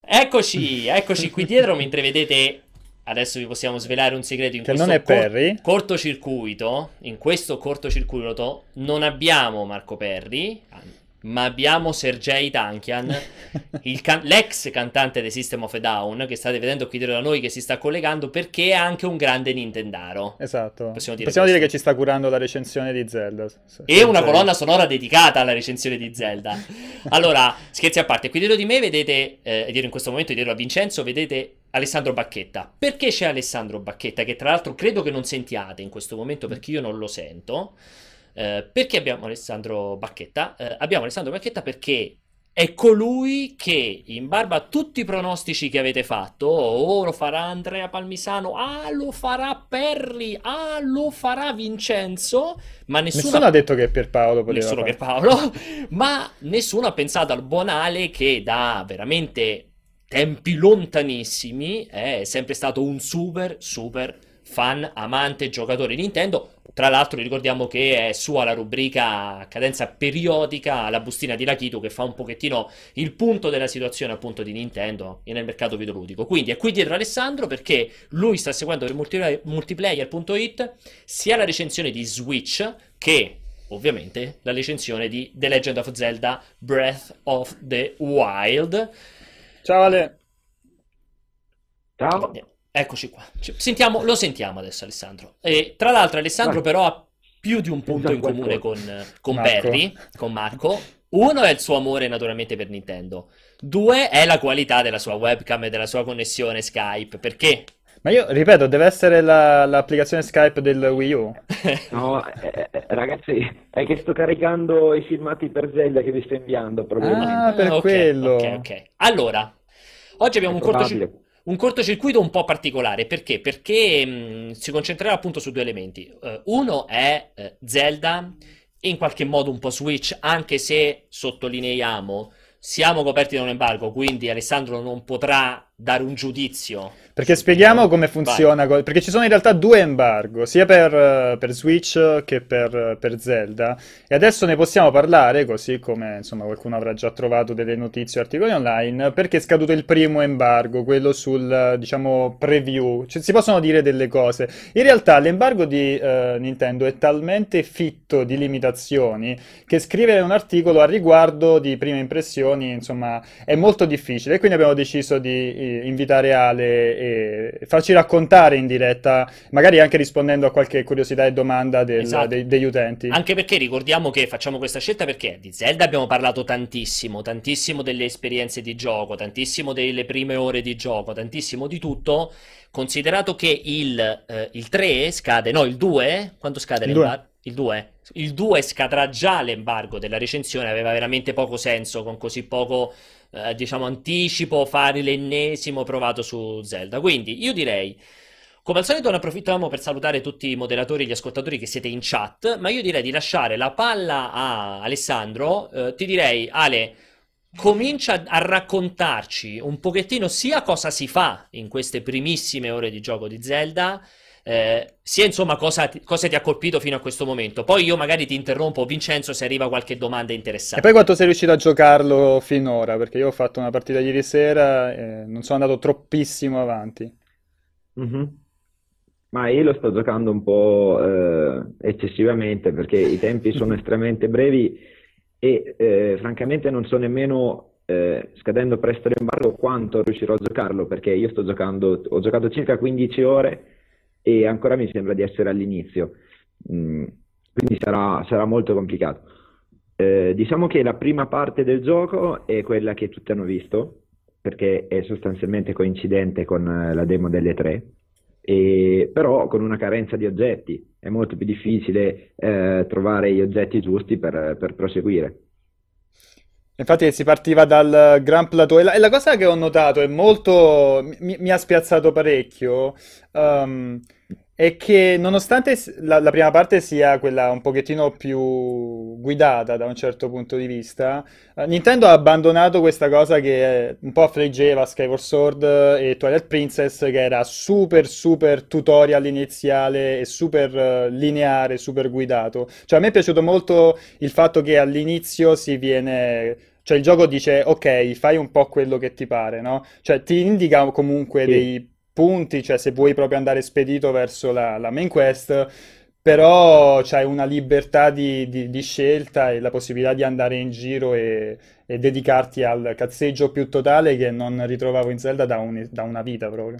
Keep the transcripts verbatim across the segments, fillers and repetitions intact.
Eccoci, eccoci qui dietro mentre vedete, adesso vi possiamo svelare un segreto, in Che non è questo cor- Perry. cortocircuito, in questo cortocircuito non abbiamo Marco Perri, ma abbiamo Sergej Tankian, il can- l'ex cantante dei System of a Down, che state vedendo qui dietro da noi che si sta collegando perché è anche un grande Nintendaro. Esatto. Possiamo dire Possiamo dire che questo. ci sta curando la recensione di Zelda, S- E una Sergei. colonna sonora dedicata alla recensione di Zelda. Allora, scherzi a parte, qui dietro di me vedete, eh, dietro in questo momento, dietro a Vincenzo, vedete Alessandro Bacchetta. Perché c'è Alessandro Bacchetta? Che tra l'altro credo che non sentiate in questo momento perché io non lo sento. Eh, perché abbiamo Alessandro Bacchetta? Eh, abbiamo Alessandro Bacchetta perché è colui che, in barba a tutti i pronostici che avete fatto, oh, lo farà Andrea Palmisano, ah, lo farà Perri, ah, lo farà Vincenzo, ma nessuno Nessuno ha ha detto che Pierpaolo poteva nessuno fare. Pierpaolo, ma nessuno ha pensato al buon Ale che da veramente tempi lontanissimi è sempre stato un super, super fan, amante, giocatore di Nintendo. Tra l'altro ricordiamo che è sua la rubrica a cadenza periodica, la bustina di Lakitu, che fa un pochettino il punto della situazione appunto di Nintendo nel mercato videoludico. Quindi è qui dietro Alessandro perché lui sta seguendo per multiplayer multiplayer punto it sia la recensione di Switch che ovviamente la recensione di The Legend of Zelda Breath of the Wild. Ciao Ale. Ciao, Quindi, eccoci qua. Ci- Sentiamo, lo sentiamo adesso Alessandro. E tra l'altro Alessandro vai, però ha più di un punto pensa in comune qualcosa. con, con Marco. Perry, con Marco. Uno è il suo amore naturalmente per Nintendo. Due è la qualità della sua webcam e della sua connessione Skype. Perché? Ma io ripeto, deve essere la- l'applicazione Skype del Wii U. No, eh, eh, ragazzi, è che sto caricando i filmati per Zelda che vi sto inviando, Ah, probabilmente. per Ah, ok, ok, quello. ok. Allora, oggi È abbiamo un cortocir- probabile. un cortocircuito un po' particolare. Perché? Perché mh, si concentrerà appunto su due elementi. Eh, uno è eh, Zelda, e in qualche modo un po' Switch, anche se sottolineiamo, siamo coperti da un embargo, quindi Alessandro non potrà dare un giudizio Perché sul spieghiamo titolo. come Vai. funziona, co- perché ci sono in realtà due embargo, sia per, eh, per Switch che per, per Zelda, e adesso ne possiamo parlare, così come insomma qualcuno avrà già trovato delle notizie o articoli online, perché è scaduto il primo embargo, quello sul, eh, diciamo, preview, cioè, si possono dire delle cose. In realtà l'embargo di eh, Nintendo è talmente fitto di limitazioni che scrivere un articolo a riguardo di prime impressioni, insomma, è molto difficile, e quindi abbiamo deciso di eh, invitare Ale e farci raccontare in diretta, magari anche rispondendo a qualche curiosità e domanda del- Esatto. dei- degli utenti. Anche perché ricordiamo che facciamo questa scelta perché di Zelda abbiamo parlato tantissimo, tantissimo delle esperienze di gioco, tantissimo delle prime ore di gioco, tantissimo di tutto. Considerato che il, eh, il tre scade, no, il due? Quando scade Il due. l'embargo? Il due? Il due scadrà già l'embargo della recensione, aveva veramente poco senso con così poco, eh, diciamo, anticipo fare l'ennesimo provato su Zelda. Quindi io direi, come al solito ne approfittiamo per salutare tutti i moderatori e gli ascoltatori che siete in chat, ma io direi di lasciare la palla a Alessandro. Eh, ti direi, Ale, comincia a raccontarci un pochettino sia cosa si fa in queste primissime ore di gioco di Zelda, eh, sia insomma cosa ti, cosa ti ha colpito fino a questo momento. Poi io magari ti interrompo, Vincenzo, se arriva qualche domanda E poi interessante. quanto sei riuscito a giocarlo finora? Perché io ho fatto una partita ieri sera e non sono andato troppissimo avanti. Mhm. Ma io lo sto giocando un po' eh, eccessivamente perché i tempi sono estremamente brevi e eh, francamente non so nemmeno, eh, scadendo presto l'embargo, quanto riuscirò a giocarlo perché io sto giocando, ho giocato circa quindici ore e ancora mi sembra di essere all'inizio. Mm, quindi sarà, sarà molto complicato. Eh, diciamo che la prima parte del gioco è quella che tutti hanno visto, perché è sostanzialmente coincidente con eh, la demo delle tre, e, però con una carenza di oggetti. È molto più difficile eh, trovare gli oggetti giusti per, per proseguire. Infatti si partiva dal Grand Plateau e la, e la cosa che ho notato è molto, mi, mi ha spiazzato parecchio, ehm, è che nonostante s- la, la prima parte sia quella un pochettino più guidata da un certo punto di vista, eh, Nintendo ha abbandonato questa cosa che eh, un po' affliggeva Skyward Sword e Twilight Princess, che era super super tutorial iniziale e super eh, lineare, super guidato. Cioè a me è piaciuto molto il fatto che all'inizio si viene Cioè il gioco dice, ok, fai un po' quello che ti pare, no? Cioè ti indica comunque Sì. dei punti, cioè se vuoi proprio andare spedito verso la, la main quest, però c'hai una libertà di, di- di scelta e la possibilità di andare in giro e, e dedicarti al cazzeggio più totale che non ritrovavo in Zelda da, un- da una vita proprio.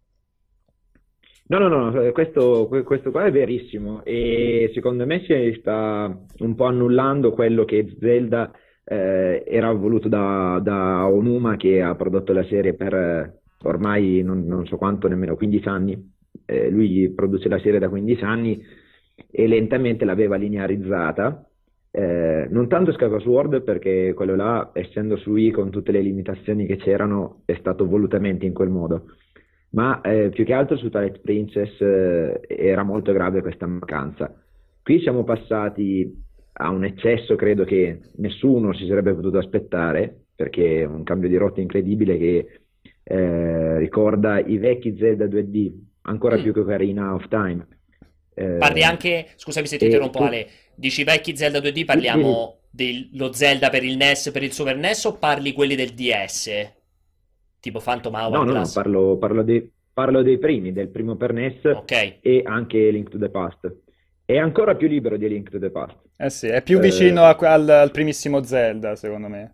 No, no, no, eh, questo, que- questo qua è verissimo e secondo me si sta un po' annullando quello che Zelda eh, era voluto da, da Onuma che ha prodotto la serie per eh, ormai non, non so quanto, nemmeno quindici anni. Eh, lui produce la serie da quindici anni e lentamente l'aveva linearizzata. Eh, non tanto Skyward Sword perché quello là, essendo su Wii con tutte le limitazioni che c'erano, è stato volutamente in quel modo ma eh, più che altro su Twilight Princess eh, era molto grave questa mancanza. Qui siamo passati a un eccesso, credo che nessuno si sarebbe potuto aspettare, perché è un cambio di rotta incredibile che eh, ricorda i vecchi Zelda due D, ancora Mm. più che Ocarina of Time. Parli Eh, anche, scusami se ti e interrompo tu, Ale, dici vecchi Zelda due D, sì, dimmi. parliamo dello Zelda per il N E S, per il Super N E S o parli quelli del D S? Tipo Phantom No, no, no, Hourglass? parlo, parlo dei, parlo dei primi, del primo per N E S Ok. e anche Link to the Past. È ancora più libero di Link to the Past. Eh sì, è più Eh, vicino a que- al, al primissimo Zelda, secondo me.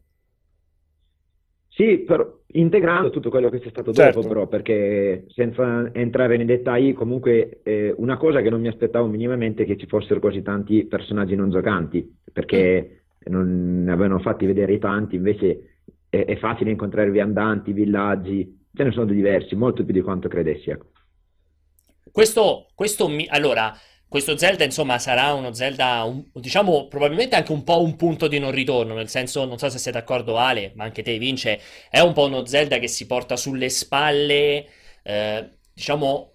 sì, però integrando tutto quello che c'è stato dopo, Certo. però, perché senza entrare nei dettagli, comunque eh, una cosa che non mi aspettavo minimamente è che ci fossero così tanti personaggi non giocanti, Mm. perché non ne avevano fatti vedere tanti, invece è, è facile incontrare viandanti, villaggi, ce ne sono di diversi, molto più di quanto credessi, ecco. Questo, questo mi- allora, questo Zelda, insomma, sarà uno Zelda, un- diciamo, probabilmente anche un po' un punto di non ritorno, nel senso, non so se sei d'accordo Ale, ma anche te, Vince, è un po' uno Zelda che si porta sulle spalle, eh, diciamo,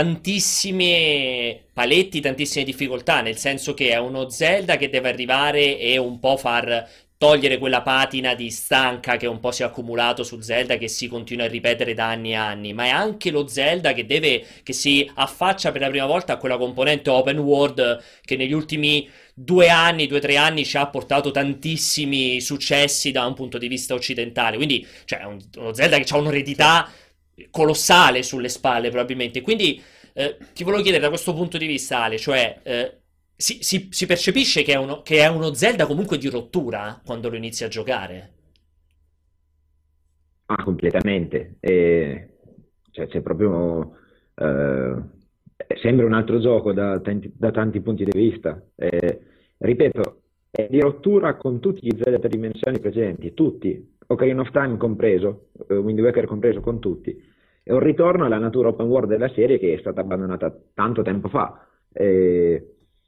tantissimi paletti, tantissime difficoltà, nel senso che è uno Zelda che deve arrivare e un po' far togliere quella patina di stanca che un po' si è accumulato su Zelda che si continua a ripetere da anni e anni, ma è anche lo Zelda che deve, che si affaccia per la prima volta a quella componente open world che negli ultimi due anni, due o tre anni ci ha portato tantissimi successi da un punto di vista occidentale. Quindi, cioè, è un- uno Zelda che ha Sì. un'eredità colossale sulle spalle, probabilmente. Quindi, eh, ti volevo chiedere da questo punto di vista, Ale, cioè, eh, si, si- si percepisce che è, uno, che è uno Zelda comunque di rottura quando lo inizi a giocare. Ah, completamente. E, cioè, c'è proprio... eh, sembra un altro gioco da tanti, da tanti punti di vista. Eh, ripeto, è di rottura con tutti gli Zelda tridimensionali precedenti, tutti. Ocarina of Time compreso, eh, Wind Waker compreso, con tutti. È un ritorno alla natura open world della serie che è stata abbandonata tanto tempo fa. Eh,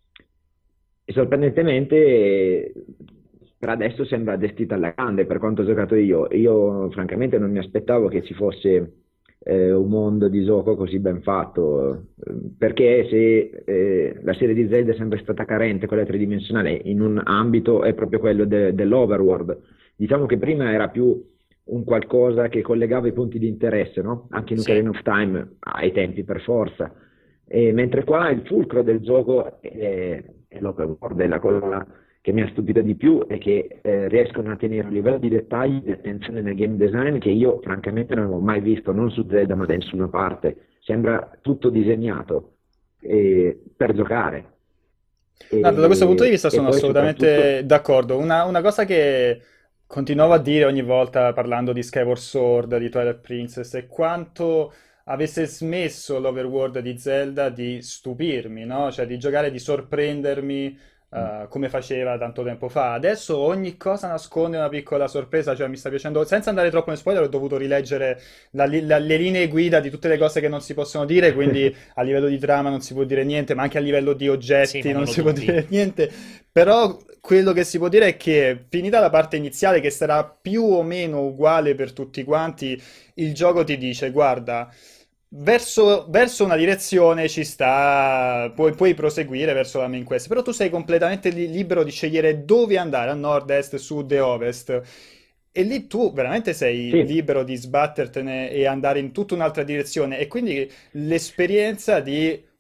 e sorprendentemente, eh, per adesso sembra gestita alla grande per quanto ho giocato io. Io, francamente, non mi aspettavo che ci fosse eh, un mondo di gioco così ben fatto. eh, Perché se eh, la serie di Zelda è sempre stata carente, quella tridimensionale, in un ambito è proprio quello de- dell'overworld. Diciamo che prima era più un qualcosa che collegava i punti di interesse, no? Anche in Sì. Ocarina of Time, ai tempi per forza. E mentre qua il fulcro del gioco è, è l'open world, è la cosa che mi ha stupito di più è che eh, riescono a tenere un livello di dettaglio e di attenzione nel game design che io francamente non avevo mai visto, non su Zelda ma da nessuna parte. Sembra tutto disegnato eh, per giocare. Guarda, da questo punto di E, vista e sono poi soprattutto... assolutamente d'accordo. Una, una cosa che continuavo a dire ogni volta parlando di Skyward Sword, di Twilight Princess, è quanto avesse smesso l'overworld di Zelda di stupirmi, no? Cioè di giocare, di sorprendermi, eh, come faceva tanto tempo fa. Adesso ogni cosa nasconde una piccola sorpresa, cioè mi sta piacendo, senza andare troppo in spoiler, ho dovuto rileggere la li- la- le linee guida di tutte le cose che non si possono dire, quindi a livello di trama non si può dire niente, ma anche a livello di Sì, oggetti ma non non lo si può dubbi. dire niente. Però quello che si può dire è che finita la parte iniziale, che sarà più o meno uguale per tutti quanti, il gioco ti dice, guarda, verso, verso una direzione ci sta, puoi, puoi proseguire verso la main quest, però tu sei completamente li- libero di scegliere dove andare, a nord, est, sud e ovest. E lì tu veramente sei Sì, libero di sbattertene e andare in tutta un'altra direzione. E quindi l'esperienza di,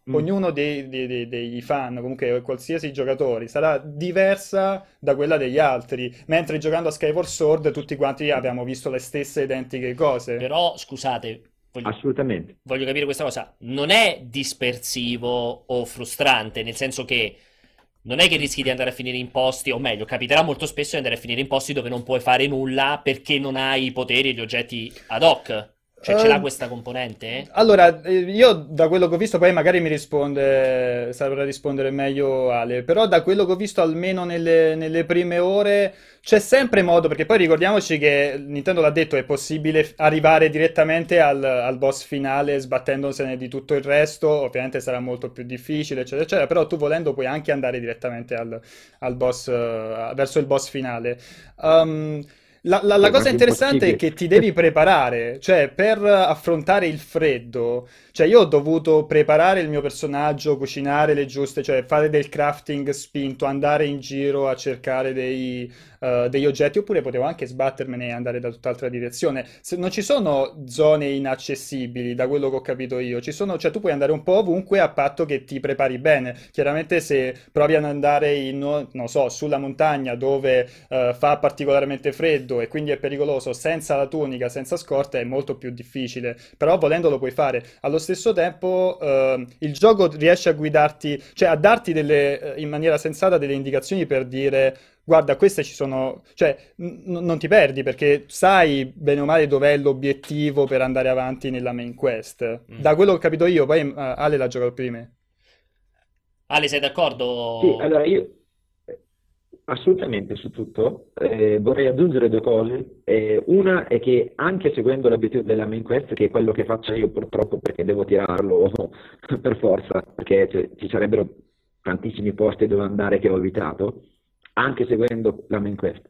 Mm. ognuno dei, dei- dei- dei fan, comunque qualsiasi giocatore, sarà diversa da quella degli altri, mentre giocando a Skyward Sword tutti quanti abbiamo visto le stesse identiche cose. Però, scusate, voglio, Assolutamente. voglio capire questa cosa. Non è dispersivo o frustrante, nel senso che non è che rischi di andare a finire in posti, o meglio, capiterà molto spesso di andare a finire in posti dove non puoi fare nulla perché non hai i poteri e gli oggetti ad hoc. Cioè, ce l'ha Eh, questa componente? allora, eh, io da quello che ho visto, poi magari mi risponde, saprà rispondere meglio Ale, però da quello che ho visto almeno nelle, nelle prime ore c'è sempre modo, perché poi ricordiamoci che Nintendo l'ha detto, è possibile f- arrivare direttamente al, al boss finale sbattendosene di tutto il resto, ovviamente sarà molto più difficile, eccetera, eccetera, però tu volendo puoi anche andare direttamente al, al boss, eh, verso il boss finale. Um, la, la- la È cosa quasi interessante è impossibile. che ti devi preparare, cioè per affrontare il freddo, cioè io ho dovuto preparare il mio personaggio, cucinare le giuste, cioè fare del crafting spinto, andare in giro a cercare dei, eh, degli oggetti, oppure potevo anche sbattermene e andare da tutt'altra direzione. Se- non ci sono zone inaccessibili, da quello che ho capito io, ci sono, cioè tu puoi andare un po' ovunque a patto che ti prepari bene. Chiaramente se provi ad andare in, no, non so, sulla montagna dove eh, fa particolarmente freddo e quindi è pericoloso senza la tunica, senza scorta, è molto più difficile. Però volendo lo puoi fare. Allo stesso tempo, eh, il gioco riesce a guidarti, cioè a darti delle, eh, in maniera sensata delle indicazioni per dire. Guarda, queste ci sono, cioè n- non ti perdi perché sai bene o male dov'è l'obiettivo per andare avanti nella main quest. Mm. Da quello che ho capito io, poi eh, Ale l'ha giocato più di me. Ale, sei Sì, d'accordo? allora io eh, assolutamente su tutto eh, vorrei aggiungere due cose. Eh, una è che anche seguendo l'obiettivo della main quest, che è quello che faccio io purtroppo perché devo tirarlo per forza, perché cioè, ci sarebbero tantissimi posti dove andare che ho evitato, anche seguendo la main quest.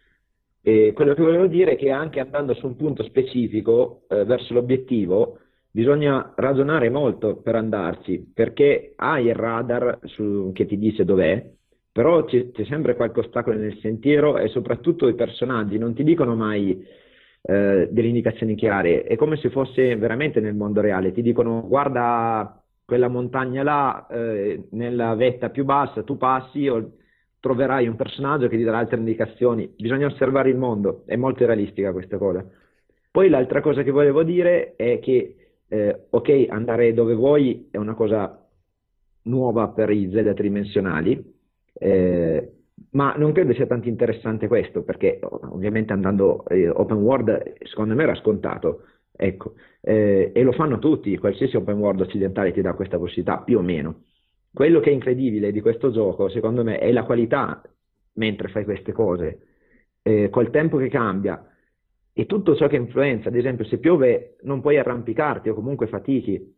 E quello che volevo dire è che anche andando su un punto specifico eh, verso l'obiettivo, bisogna ragionare molto per andarci, perché hai il radar su- che ti dice dov'è, però c'è c'è sempre qualche ostacolo nel sentiero e soprattutto i personaggi non ti dicono mai eh, delle indicazioni chiare, è come se fosse veramente nel mondo reale, ti dicono guarda quella montagna là, eh, nella vetta più bassa, tu passi o troverai un personaggio che ti darà altre indicazioni, bisogna osservare il mondo, è molto realistica questa cosa. Poi l'altra cosa che volevo dire è che, eh, ok, andare dove vuoi è una cosa nuova per i Zelda tridimensionali, eh, ma non credo sia tanto interessante questo, perché ovviamente andando eh, open world secondo me era scontato, ecco, eh, e lo fanno tutti, qualsiasi open world occidentale ti dà questa possibilità, più o meno. Quello che è incredibile di questo gioco, secondo me, è la qualità mentre fai queste cose, eh, col tempo che cambia e tutto ciò che influenza, ad esempio se piove non puoi arrampicarti o comunque fatichi,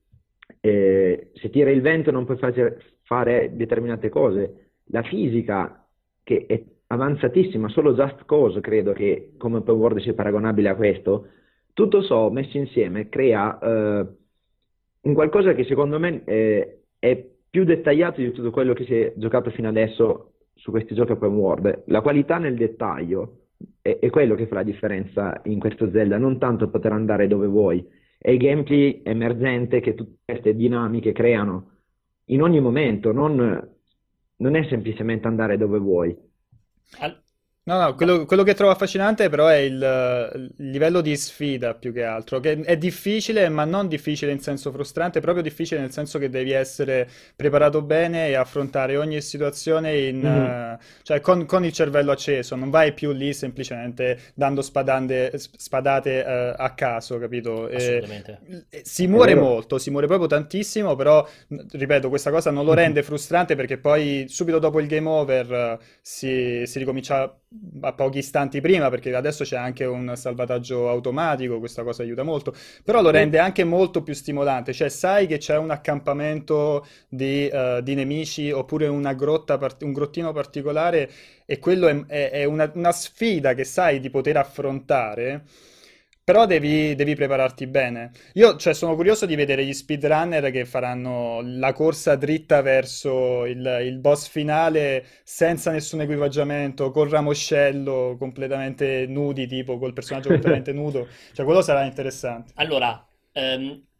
eh, se tira il vento non puoi face- fare determinate cose, la fisica che è avanzatissima, solo Just Cause credo che come open world sia paragonabile a questo, tutto ciò messo insieme crea eh, un qualcosa che secondo me eh, è più dettagliato di tutto quello che si è giocato fino adesso su questi giochi open world. La qualità nel dettaglio è, è quello che fa la differenza in questo Zelda, non tanto poter andare dove vuoi, è il gameplay emergente che tutte queste dinamiche creano in ogni momento, non, non è semplicemente andare dove vuoi. Al- No, no, va- quello, quello che trovo affascinante però è il, il livello di sfida più che altro, che è difficile, ma non difficile in senso frustrante, è proprio difficile nel senso che devi essere preparato bene e affrontare ogni situazione in, Mhm. eh, cioè con, con il cervello acceso, non vai più lì semplicemente dando spadande- spadate, eh, a caso, capito? E- Assolutamente. e si È muore vero? molto, si muore proprio tantissimo, però, ripeto, questa cosa non lo rende frustrante perché poi subito dopo il game over eh, si, si ricomincia a pochi istanti prima, perché adesso c'è anche un salvataggio automatico, questa cosa aiuta molto, però lo rende Sì. anche molto più stimolante, cioè sai che c'è un accampamento di, eh, di nemici oppure una grotta, part- un grottino particolare e quello è, è- è una, una sfida che sai di poter affrontare. Però devi, devi prepararti bene. Io, cioè, sono curioso di vedere gli speedrunner che faranno la corsa dritta verso il, il boss finale senza nessun equipaggiamento, col ramoscello, completamente nudi, tipo col personaggio completamente nudo. Cioè, quello sarà interessante. Allora, ehm,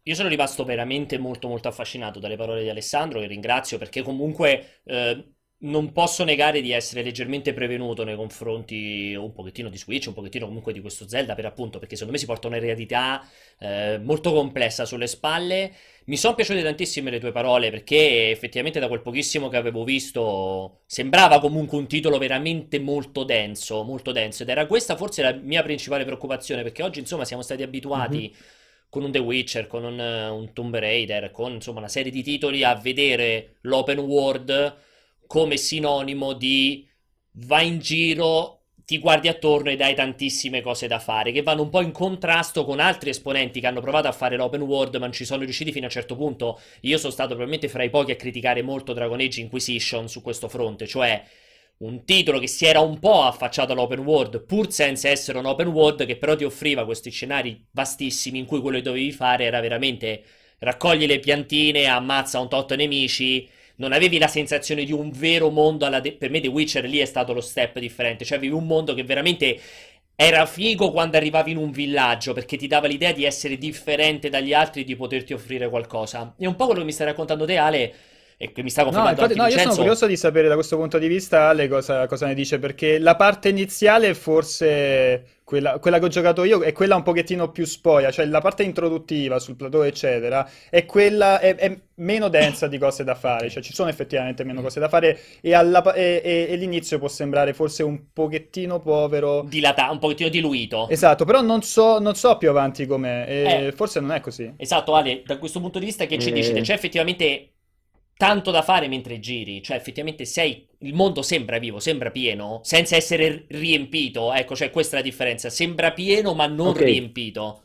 io sono rimasto veramente molto molto affascinato dalle parole di Alessandro, che ringrazio perché comunque eh, non posso negare di essere leggermente prevenuto nei confronti un pochettino di Switch, un pochettino comunque di questo Zelda, per appunto, perché secondo me si porta un'eredità eh, molto complessa sulle spalle. Mi sono piaciute tantissime le tue parole perché effettivamente da quel pochissimo che avevo visto sembrava comunque un titolo veramente molto denso, molto denso, ed era questa forse la mia principale preoccupazione, perché oggi insomma siamo stati abituati Mhm. con un The Witcher, con un, eh, un Tomb Raider, con insomma una serie di titoli a vedere l'open world come sinonimo di vai in giro, ti guardi attorno ed hai tantissime cose da fare, che vanno un po' in contrasto con altri esponenti che hanno provato a fare l'open world ma non ci sono riusciti fino a un certo punto. Io sono stato probabilmente fra i pochi a criticare molto Dragon Age Inquisition su questo fronte, cioè un titolo che si era un po' affacciato all'open world, pur senza essere un open world, che però ti offriva questi scenari vastissimi in cui quello che dovevi fare era veramente raccogli le piantine, ammazza un tot nemici. Non avevi la sensazione di un vero mondo alla de- per me The Witcher lì è stato lo step differente, cioè avevi un mondo che veramente era figo quando arrivavi in un villaggio perché ti dava l'idea di essere differente dagli altri e di poterti offrire qualcosa. E un po' quello che mi stai raccontando te, Ale, e che mi sta No, confermando infatti, anche no, io sono Vincenzo. curioso di sapere da questo punto di vista Ale cosa, cosa ne dice, perché la parte iniziale forse quella, quella che ho giocato io è quella un pochettino più spoia, cioè la parte introduttiva sul plateau eccetera, è quella, è, è meno densa di cose da Ok. fare, cioè ci sono effettivamente meno cose da fare e, alla pa- e- e- e l'inizio può sembrare forse un pochettino povero, Dilata, un pochettino diluito. esatto, però non so, non so più avanti com'è, Eh, e forse non è così. esatto, Ale, da questo punto di vista che ci dici? Te? Eh, C'è effettivamente tanto da fare mentre giri, cioè effettivamente sei, il mondo sembra vivo, sembra pieno, senza essere riempito, ecco, cioè questa è la differenza, sembra pieno ma non ok, riempito.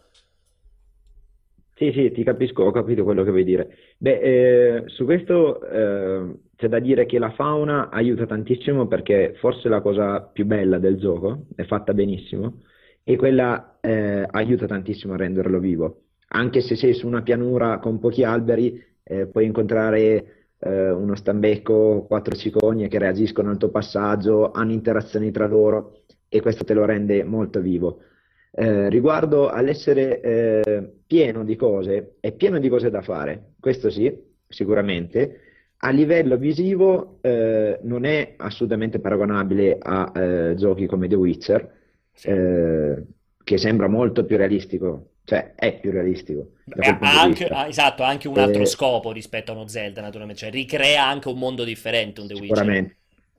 sì, sì, ti capisco, ho capito quello che vuoi dire. Beh, eh, su questo eh, c'è da dire che la fauna aiuta tantissimo perché forse la cosa più bella del gioco, è fatta benissimo, e quella eh, aiuta tantissimo a renderlo vivo. Anche se sei su una pianura con pochi alberi, eh, puoi incontrare eh, uno stambecco, quattro cicogne che reagiscono al tuo passaggio, hanno interazioni tra loro e questo te lo rende molto vivo. Eh, riguardo all'essere eh, pieno di cose, è pieno di cose da fare, questo sì, sicuramente. A livello visivo eh, non è assolutamente paragonabile a eh, giochi come The Witcher, Sì. eh, che sembra molto più realistico, cioè è più realistico da Beh, quel ha punto ha di anche, vista. ha- esatto, ha anche un altro Eh, scopo rispetto a uno Zelda, naturalmente, cioè ricrea anche un mondo differente, un The Witcher. sicuramente.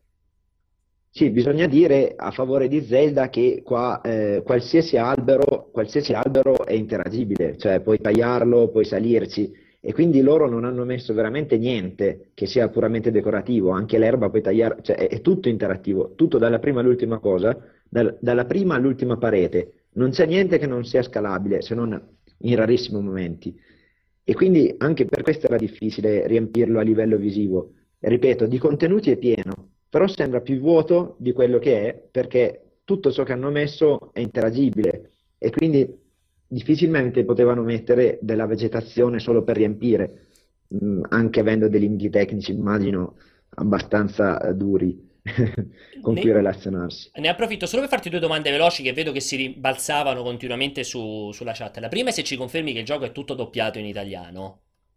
Sì, bisogna dire a favore di Zelda che qua eh, qualsiasi albero, qualsiasi albero è interagibile, cioè puoi tagliarlo, puoi salirci e quindi loro non hanno messo veramente niente che sia puramente decorativo, anche l'erba puoi tagliare, cioè è, è tutto interattivo, tutto dalla prima all'ultima cosa, dal- dalla prima all'ultima parete, non c'è niente che non sia scalabile se non in rarissimi momenti. E quindi anche per questo era difficile riempirlo a livello visivo. Ripeto, di contenuti è pieno, però sembra più vuoto di quello che è perché tutto ciò che hanno messo è interagibile e quindi difficilmente potevano mettere della vegetazione solo per riempire, mh, anche avendo dei limiti tecnici, immagino, abbastanza eh, duri con cui Ne, relazionarsi. ne approfitto solo per farti due domande veloci che vedo che si rimbalzavano continuamente su- sulla chat. La prima è se ci confermi che il gioco è tutto doppiato in italiano.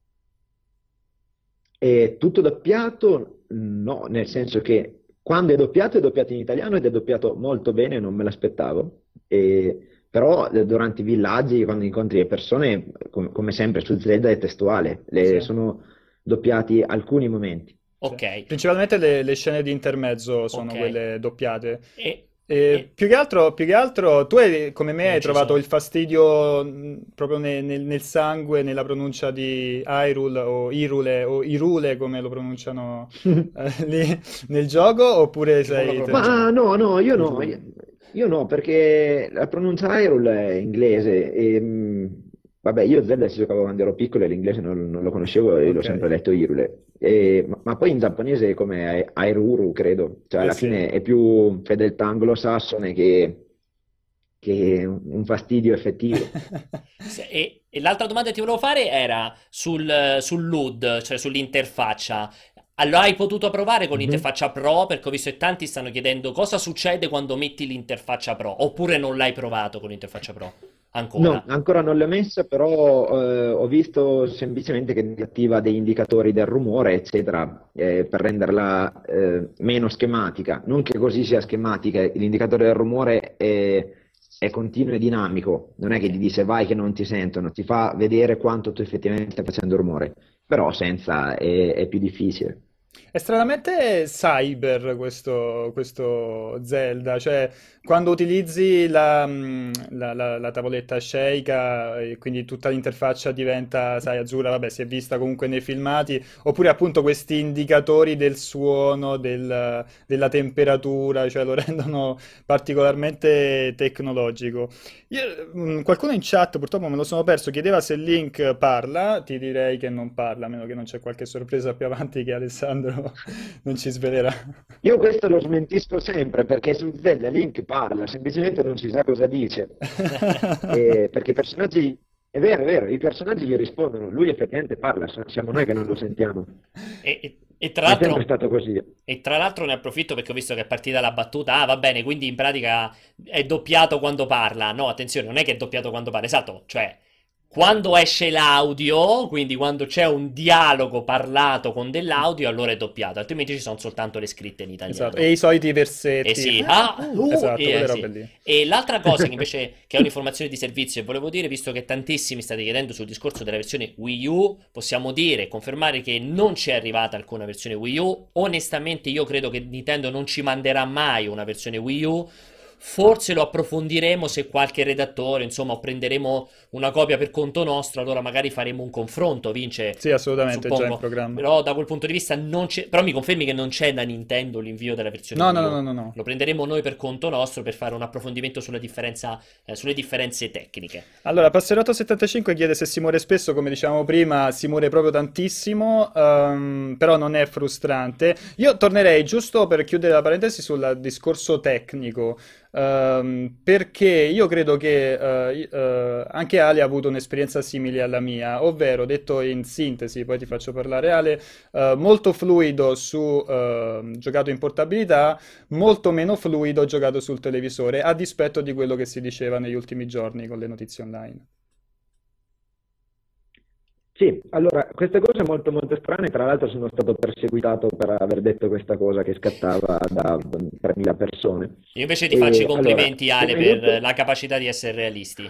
È tutto doppiato? No, nel senso che quando è doppiato è doppiato in italiano ed è doppiato molto bene, non me l'aspettavo. E- Però eh, durante i villaggi, quando incontri le persone, com- come sempre su Zelda è testuale, Sì. le- sono doppiati alcuni momenti. Sì. Ok, Principalmente le, le scene di intermezzo ok. sono quelle doppiate. E, E e più che altro, più che altro, tu hai- come me hai trovato inciso. il fastidio mh, proprio ne- nel, nel sangue, nella pronuncia di Hyrule o Irule o Irule come lo pronunciano eh, lì nel gioco, oppure Che come lo sei... te- Ma pronunciano? no, no, io no, io, Irule. io no, perché la pronuncia Hyrule è inglese e mh, vabbè, io Zelda ci giocavo quando ero piccolo e l'inglese non, non lo conoscevo e l'ho Ok. sempre letto Hyrule. E- ma, ma poi in giapponese è come Hyrule, credo, cioè Eh alla sì. fine è più fedeltà anglosassone che, che un fastidio effettivo. Se- E, e l'altra domanda che ti volevo fare era sul, sul L U D, cioè sull'interfaccia. Allora, hai potuto provare con Mhm. l'interfaccia Pro? Perché ho visto che tanti stanno chiedendo cosa succede quando metti l'interfaccia Pro, oppure non l'hai provato con l'interfaccia Pro No, ancora. ancora non l'ho messa, però eh, ho visto semplicemente che attiva dei indicatori del rumore, eccetera, eh, per renderla eh, meno schematica. Non che così sia schematica, l'indicatore del rumore è, è continuo e dinamico, non è che Ok. ti dice vai che non ti sentono, ti fa vedere quanto tu effettivamente stai facendo rumore, però senza è, è più difficile. È stranamente cyber questo, questo Zelda, cioè quando utilizzi la, mm, la- la- la tavoletta Sheikah e quindi tutta l'interfaccia diventa, sai, azzurra, vabbè, si è vista comunque nei filmati, oppure appunto questi indicatori del suono, del- della temperatura, cioè lo rendono particolarmente tecnologico. Io- mm, qualcuno in chat, purtroppo me lo sono perso, chiedeva se Link parla, ti direi che non parla, a meno che non c'è qualche sorpresa più avanti che Alessandro non ci svelerà. Io questo lo smentisco sempre perché su Zelda Link parla, semplicemente non si sa cosa dice. E perché i personaggi, è vero, è vero, i personaggi gli rispondono, lui effettivamente parla, so- siamo noi che non lo sentiamo, E, e- e tra ma è sempre l'altro, stato così. e tra l'altro ne approfitto perché ho visto che è partita la battuta. Ah, va bene, quindi in pratica è doppiato quando parla. No, attenzione, non è che è doppiato quando parla, esatto, cioè quando esce l'audio, quindi quando c'è un dialogo parlato con dell'audio, allora è doppiato, altrimenti ci sono soltanto le scritte in Esatto, italiano. e i soliti Eh versetti. sì, Ah, ah, uh, uh, esatto, eh, quelle sì. robe lì. E l'altra cosa che invece che è un'informazione di servizio e volevo dire, visto che tantissimi state chiedendo sul discorso della versione Wii U, possiamo dire e confermare che non ci è arrivata alcuna versione Wii U. Onestamente io credo che Nintendo non ci manderà mai una versione Wii U. Forse lo approfondiremo se qualche redattore, insomma, o prenderemo una copia per conto nostro, allora magari faremo un confronto, Vince, Sì, assolutamente, è già in suppongo. programma. Però da quel punto di vista non c'è. Però mi confermi che non c'è da Nintendo l'invio della versione No, no, Wii no, U. no, no, no. Lo prenderemo noi per conto nostro per fare un approfondimento sulla differenza, eh, sulle differenze tecniche. Allora, Passerotto settantacinque chiede se si muore spesso, come dicevamo prima, si muore proprio tantissimo, ehm, però non è frustrante. Io tornerei giusto per chiudere la parentesi sul discorso tecnico, ehm, perché io credo che eh, i- eh, anche Ale ha avuto un'esperienza simile alla mia, ovvero, detto in sintesi, poi ti faccio parlare Ale, eh, molto fluido su ehm, giocato in portabilità, molto meno fluido giocato sul televisore, a dispetto di quello che si diceva negli ultimi giorni con le notizie online. Sì, allora, queste cose molto molto strane, tra l'altro sono stato perseguitato per aver detto questa cosa che scattava da tremila persone. Io invece ti faccio i E allora, complimenti, Ale, prima di per tutto... la capacità di essere realisti.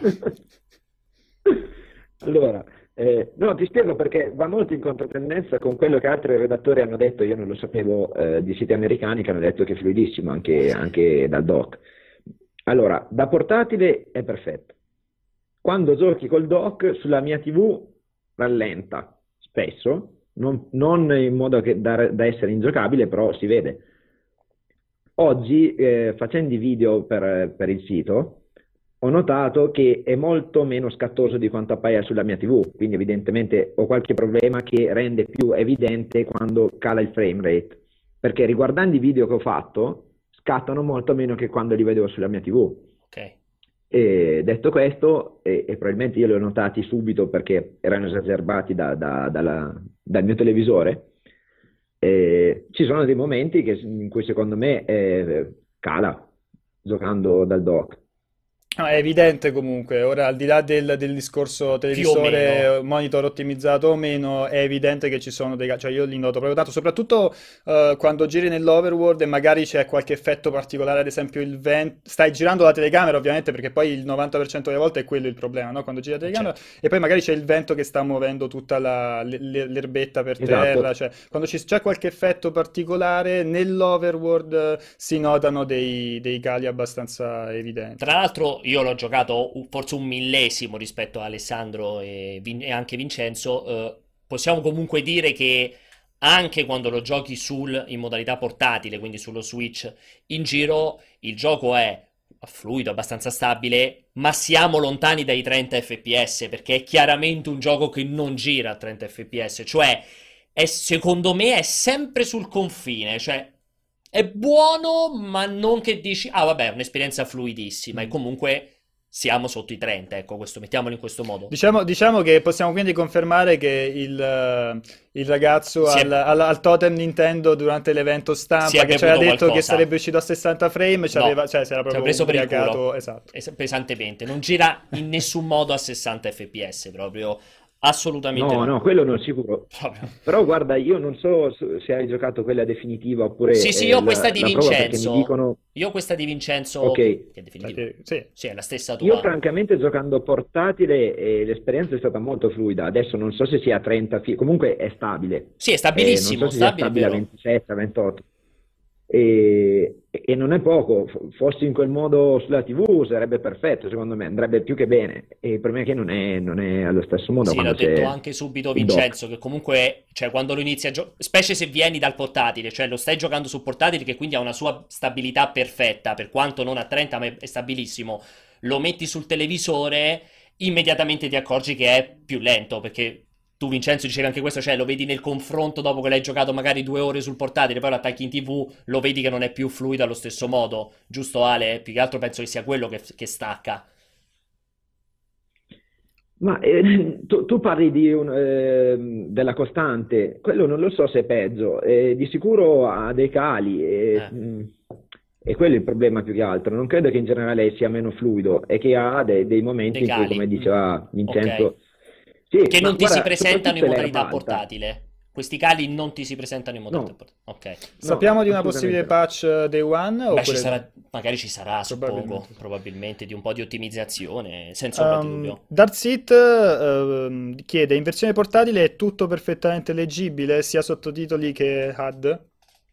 Allora, eh, no, ti spiego perché va molto in controtendenza con quello che altri redattori hanno detto, io non lo sapevo, eh, di siti americani che hanno detto che è fluidissimo anche, anche dal dock. Allora, da portatile è perfetto. Quando giochi col dock sulla mia T V rallenta spesso, non, non in modo che da, da essere ingiocabile, però si vede. Oggi, eh, facendo i video per, per il sito, ho notato che è molto meno scattoso di quanto appaia sulla mia T V, quindi evidentemente ho qualche problema che rende più evidente quando cala il frame rate, perché riguardando i video che ho fatto, scattano molto meno che quando li vedevo sulla mia T V. Ok. E detto questo, e, e probabilmente io li ho notati subito perché erano esacerbati da- da- dalla- dal mio televisore, e ci sono dei momenti che- in cui secondo me eh, cala giocando dal dock. No, è evidente comunque, ora al di là del, del discorso Più o meno. televisore, monitor ottimizzato o meno, è evidente che ci sono dei, ca- cioè io li noto proprio tanto, soprattutto eh, quando giri nell'overworld e magari c'è qualche effetto particolare, ad esempio il vento, stai girando la telecamera ovviamente perché poi il novanta per cento delle volte è quello il problema, no? Quando giri la telecamera Certo. e poi magari c'è il vento che sta muovendo tutta la- l- l- l'erbetta per terra, Esatto. cioè quando ci- c'è qualche effetto particolare nell'overworld eh, si notano dei, dei cali abbastanza Tra evidenti. l'altro io l'ho giocato u- forse un millesimo rispetto a Alessandro e, Vin- e anche Vincenzo. Eh, possiamo comunque dire che anche quando lo giochi sul, in modalità portatile, quindi sullo Switch, in giro il gioco è fluido, abbastanza stabile, ma siamo lontani dai trenta F P S perché è chiaramente un gioco che non gira a trenta F P S, cioè è, secondo me è sempre sul confine, cioè è buono, ma non che dici, ah vabbè, è un'esperienza fluidissima, e Mm. comunque siamo sotto i trenta, ecco, questo, mettiamolo in questo modo. Diciamo, diciamo che possiamo quindi confermare che il, eh, il ragazzo Si è, al, al- al totem Nintendo durante l'evento si stampa è che ci aveva bevuto detto che sarebbe qualcosa. uscito a sessanta frame, ci aveva, No, cioè si era ci ha proprio preso per il ubriacato, culo esatto. es- pesantemente. Non gira in nessun modo a sessanta F P S, proprio assolutamente No, no. no, quello non sicuro. Proprio. Però guarda, io non so se se hai giocato quella definitiva Sì, oppure sì, io eh, ho questa la, di la prova perché mi Vincenzo. dicono, Io ho questa di ok, Vincenzo, che è definitiva. Eh, sì. Sì, è la stessa io tua. francamente giocando portatile eh, l'esperienza è stata molto fluida. Adesso non so se sia a trenta, fi- comunque è stabile. Sì, è Eh, non so stabilissimo, se sia stabile, è stabile a vero. ventisette, a ventotto. E, e non è poco, F- fossi in quel modo sulla T V sarebbe perfetto, secondo me, andrebbe più che bene. E il problema è che non è, non è allo stesso modo Sì, l'ha quando detto c'è anche subito il dock. Vincenzo, che comunque, cioè, quando lo inizi a giocare, specie se vieni dal portatile, cioè lo stai giocando sul portatile che quindi ha una sua stabilità perfetta, per quanto non a trenta, ma è è stabilissimo, lo metti sul televisore, immediatamente ti accorgi che è più lento, perché tu, Vincenzo, dicevi anche questo, cioè lo vedi nel confronto dopo che l'hai giocato magari due ore sul portatile, poi lo attacchi in T V, lo vedi che non è più fluido allo stesso modo, giusto Ale? Più che altro penso che sia quello che, che stacca. Ma eh, tu, tu parli di un, ehm, della costante, quello non lo so se è peggio, eh, di sicuro ha dei cali e, Eh, mm, e quello è il problema più che altro. Non credo che in generale sia meno fluido, è che ha dei, dei dei momenti in cui, come cali. Mm, diceva ok. Vincenzo, sì, Che ma non ti si guarda, presentano soprattutto in è l'erba modalità alta. portatile. Questi cali non ti si presentano in modalità No, portatile. Ok. no, Sappiamo di una possibile assolutamente no. patch eh, Day One Beh, ci oppure no? sarà, magari ci sarà, suppongo, Probabilmente sì. probabilmente, di un po' di ottimizzazione, senza ombra di Um, dubbio. Darkseid ehm, chiede, in versione portatile è tutto perfettamente leggibile, sia sottotitoli che H U D?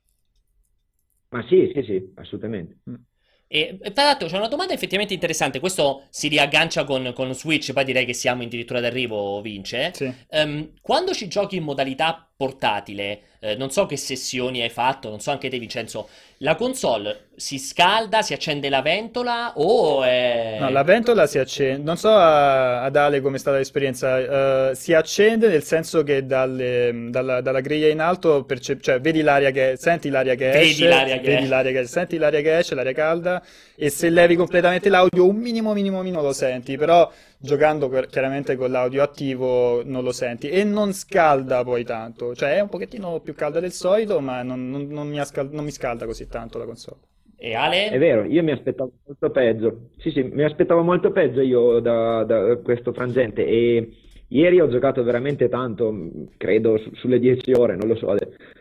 Ma sì, sì, sì, assolutamente. Mm. E e tra l'altro c'è una domanda effettivamente interessante, questo si riaggancia con, con Switch, poi direi che siamo addirittura d'arrivo, Vince. Sì. Ehm, quando ci giochi in modalità portatile, eh, non so che sessioni hai fatto, non so anche te Vincenzo, la console si scalda, si accende la ventola o No, la è... ventola si accende, non so a- ad Ale come è stata l'esperienza, eh, si accende nel senso che dalle- dalla, dalla griglia in alto, perce- cioè vedi l'aria che, senti l'aria che Vedi esce, l'aria che vedi è? l'aria che, senti l'aria che esce, l'aria calda, e se levi completamente l'audio un minimo minimo minimo lo senti, però giocando per- chiaramente con l'audio attivo non lo senti e non scalda poi tanto, cioè è un pochettino più calda del solito, ma non, non- non mi, ascal- non mi scalda così tanto la console. E È Ale? vero, io mi aspettavo molto peggio. Sì, sì, mi aspettavo molto peggio io da, da questo frangente e ieri ho giocato veramente tanto, mh, credo su- sulle dieci ore, non lo so.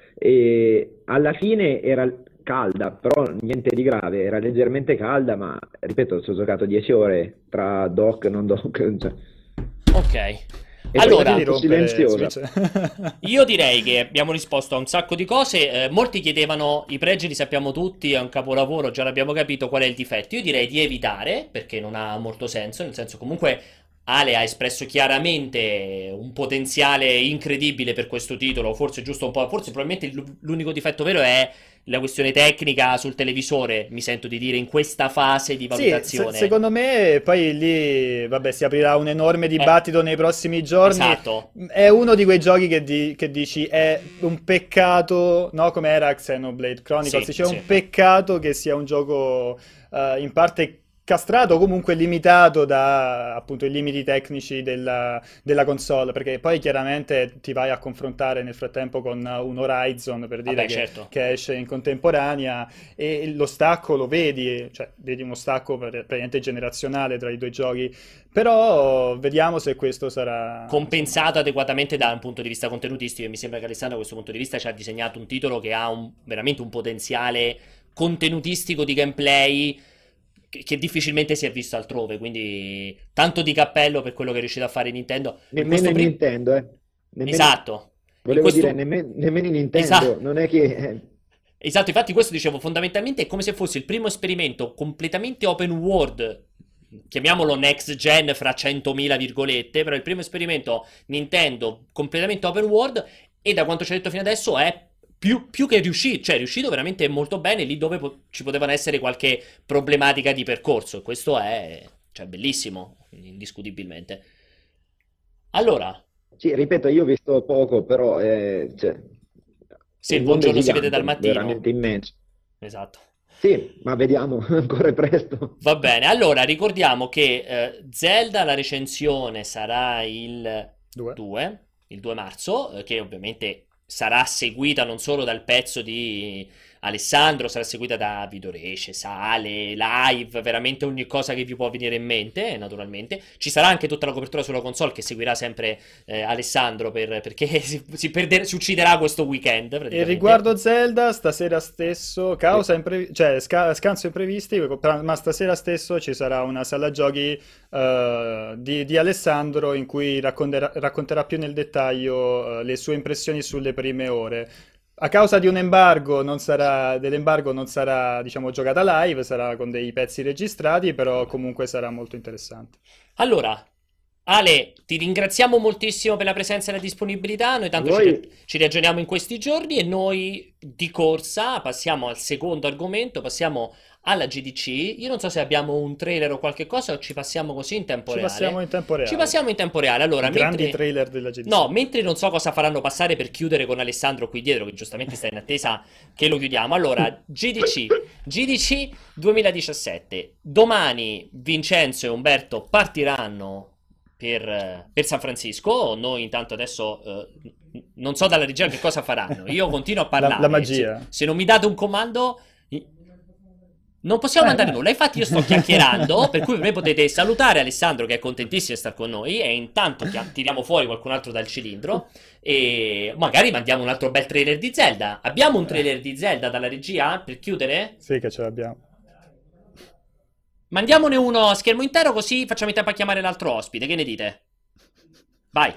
E alla fine era calda, però niente di grave, era leggermente calda, ma ripeto, ci ho giocato dieci ore tra dock e non dock, cioè. Ok. E poi era Cercate di Allora, tutto rompere silenziosa. Switch. io direi che abbiamo risposto a un sacco di cose. Eh, molti chiedevano i pregi, li sappiamo tutti, è un capolavoro, già l'abbiamo capito qual è il difetto. Io direi di evitare, perché non ha molto senso, nel senso comunque Ale ha espresso chiaramente un potenziale incredibile per questo titolo, forse giusto un po', forse probabilmente l'u- l'unico difetto vero è la questione tecnica sul televisore, mi sento di dire, in questa fase di Sì, se- valutazione. secondo me poi lì, vabbè, si aprirà un enorme Eh, dibattito nei prossimi giorni. esatto, È uno di quei giochi che, di- che dici è un peccato, no? Come era Xenoblade Chronicles, sì, dice è un sì. peccato che sia un gioco eh, in parte castrato, o comunque limitato da appunto i limiti tecnici della, della console, perché poi chiaramente ti vai a confrontare nel frattempo con un Horizon per dire Vabbè, che, certo. che esce in contemporanea e lo stacco lo vedi, cioè vedi uno stacco per- praticamente generazionale tra i due giochi, però vediamo se questo sarà, insomma, Compensato adeguatamente da un punto di vista contenutistico e mi sembra che Alessandro da questo punto di vista ci ha disegnato un titolo che ha un- veramente un potenziale contenutistico di gameplay che, che difficilmente si è visto altrove, quindi tanto di cappello per quello che è riuscito a fare Nintendo in Nemmeno questo in primo... Nintendo, eh. Nemmeno, Esatto, in volevo dire, questo... nemmen- nemmeno in Nintendo, Esatto. non è che... eh, Esatto, infatti questo dicevo, fondamentalmente è come se fosse il primo esperimento completamente open world, chiamiamolo next gen fra centomila virgolette, però il primo esperimento Nintendo completamente open world e da quanto ci ha detto fino adesso è più, più che riuscito, cioè è riuscito veramente molto bene lì dove po- ci potevano essere qualche problematica di percorso e questo è, cioè, bellissimo, indiscutibilmente. Allora, Sì, ripeto, io ho visto poco, però eh, cioè, se il il buon mondo è giorno si vede gigante, dal mattino, veramente immenso. esatto. Sì, ma vediamo, ancora è presto. Va bene, allora ricordiamo che eh, Zelda, la recensione sarà il Due. due, il due marzo, eh, che ovviamente sarà seguita non solo dal pezzo di Alessandro, sarà seguita da Vidoresce, sale, live, veramente ogni cosa che vi può venire in mente, naturalmente. Ci sarà anche tutta la copertura sulla console che seguirà sempre eh, Alessandro per- perché si, si perder- si ucciderà questo weekend, E praticamente. riguardo Zelda, stasera stesso, causa imprevi- cioè sca- scanso imprevisti, ma stasera stesso ci sarà una sala giochi eh, di, di Alessandro in cui racconterà, racconterà più nel dettaglio eh, le sue impressioni sulle prime ore. A causa di un embargo, non sarà, dell'embargo non sarà, diciamo, giocata live, sarà con dei pezzi registrati, però comunque sarà molto interessante. Allora, Ale, ti ringraziamo moltissimo per la presenza e la disponibilità. Noi A tanto ci, voi, ci ragioniamo in questi giorni e noi di corsa passiamo al secondo argomento, passiamo alla G D C. Io non so se abbiamo un trailer o qualche cosa o ci passiamo così in tempo Ci reale. passiamo in tempo Ci reale. passiamo in tempo reale. Allora, I grandi mentre... trailer della G D C. No, mentre non so cosa faranno passare per chiudere con Alessandro qui dietro, che giustamente sta in attesa che lo chiudiamo. Allora, G D C, G D C duemiladiciassette. Domani Vincenzo e Umberto partiranno per, per San Francisco. Noi intanto adesso eh, non so dalla regia che cosa faranno. Io continuo a La, parlare. la magia. Se, se non mi date un comando, i- non possiamo Eh, mandare eh. nulla. Infatti, io sto chiacchierando. Per cui voi potete salutare Alessandro, che è contentissimo di stare con noi. E intanto chia- tiriamo fuori qualcun altro dal cilindro. E magari mandiamo un altro bel trailer di Zelda. Abbiamo un trailer di Zelda dalla regia per chiudere? Sì che ce l'abbiamo. Mandiamone uno a schermo intero, così facciamo in tempo a chiamare l'altro ospite. Che ne dite? Vai.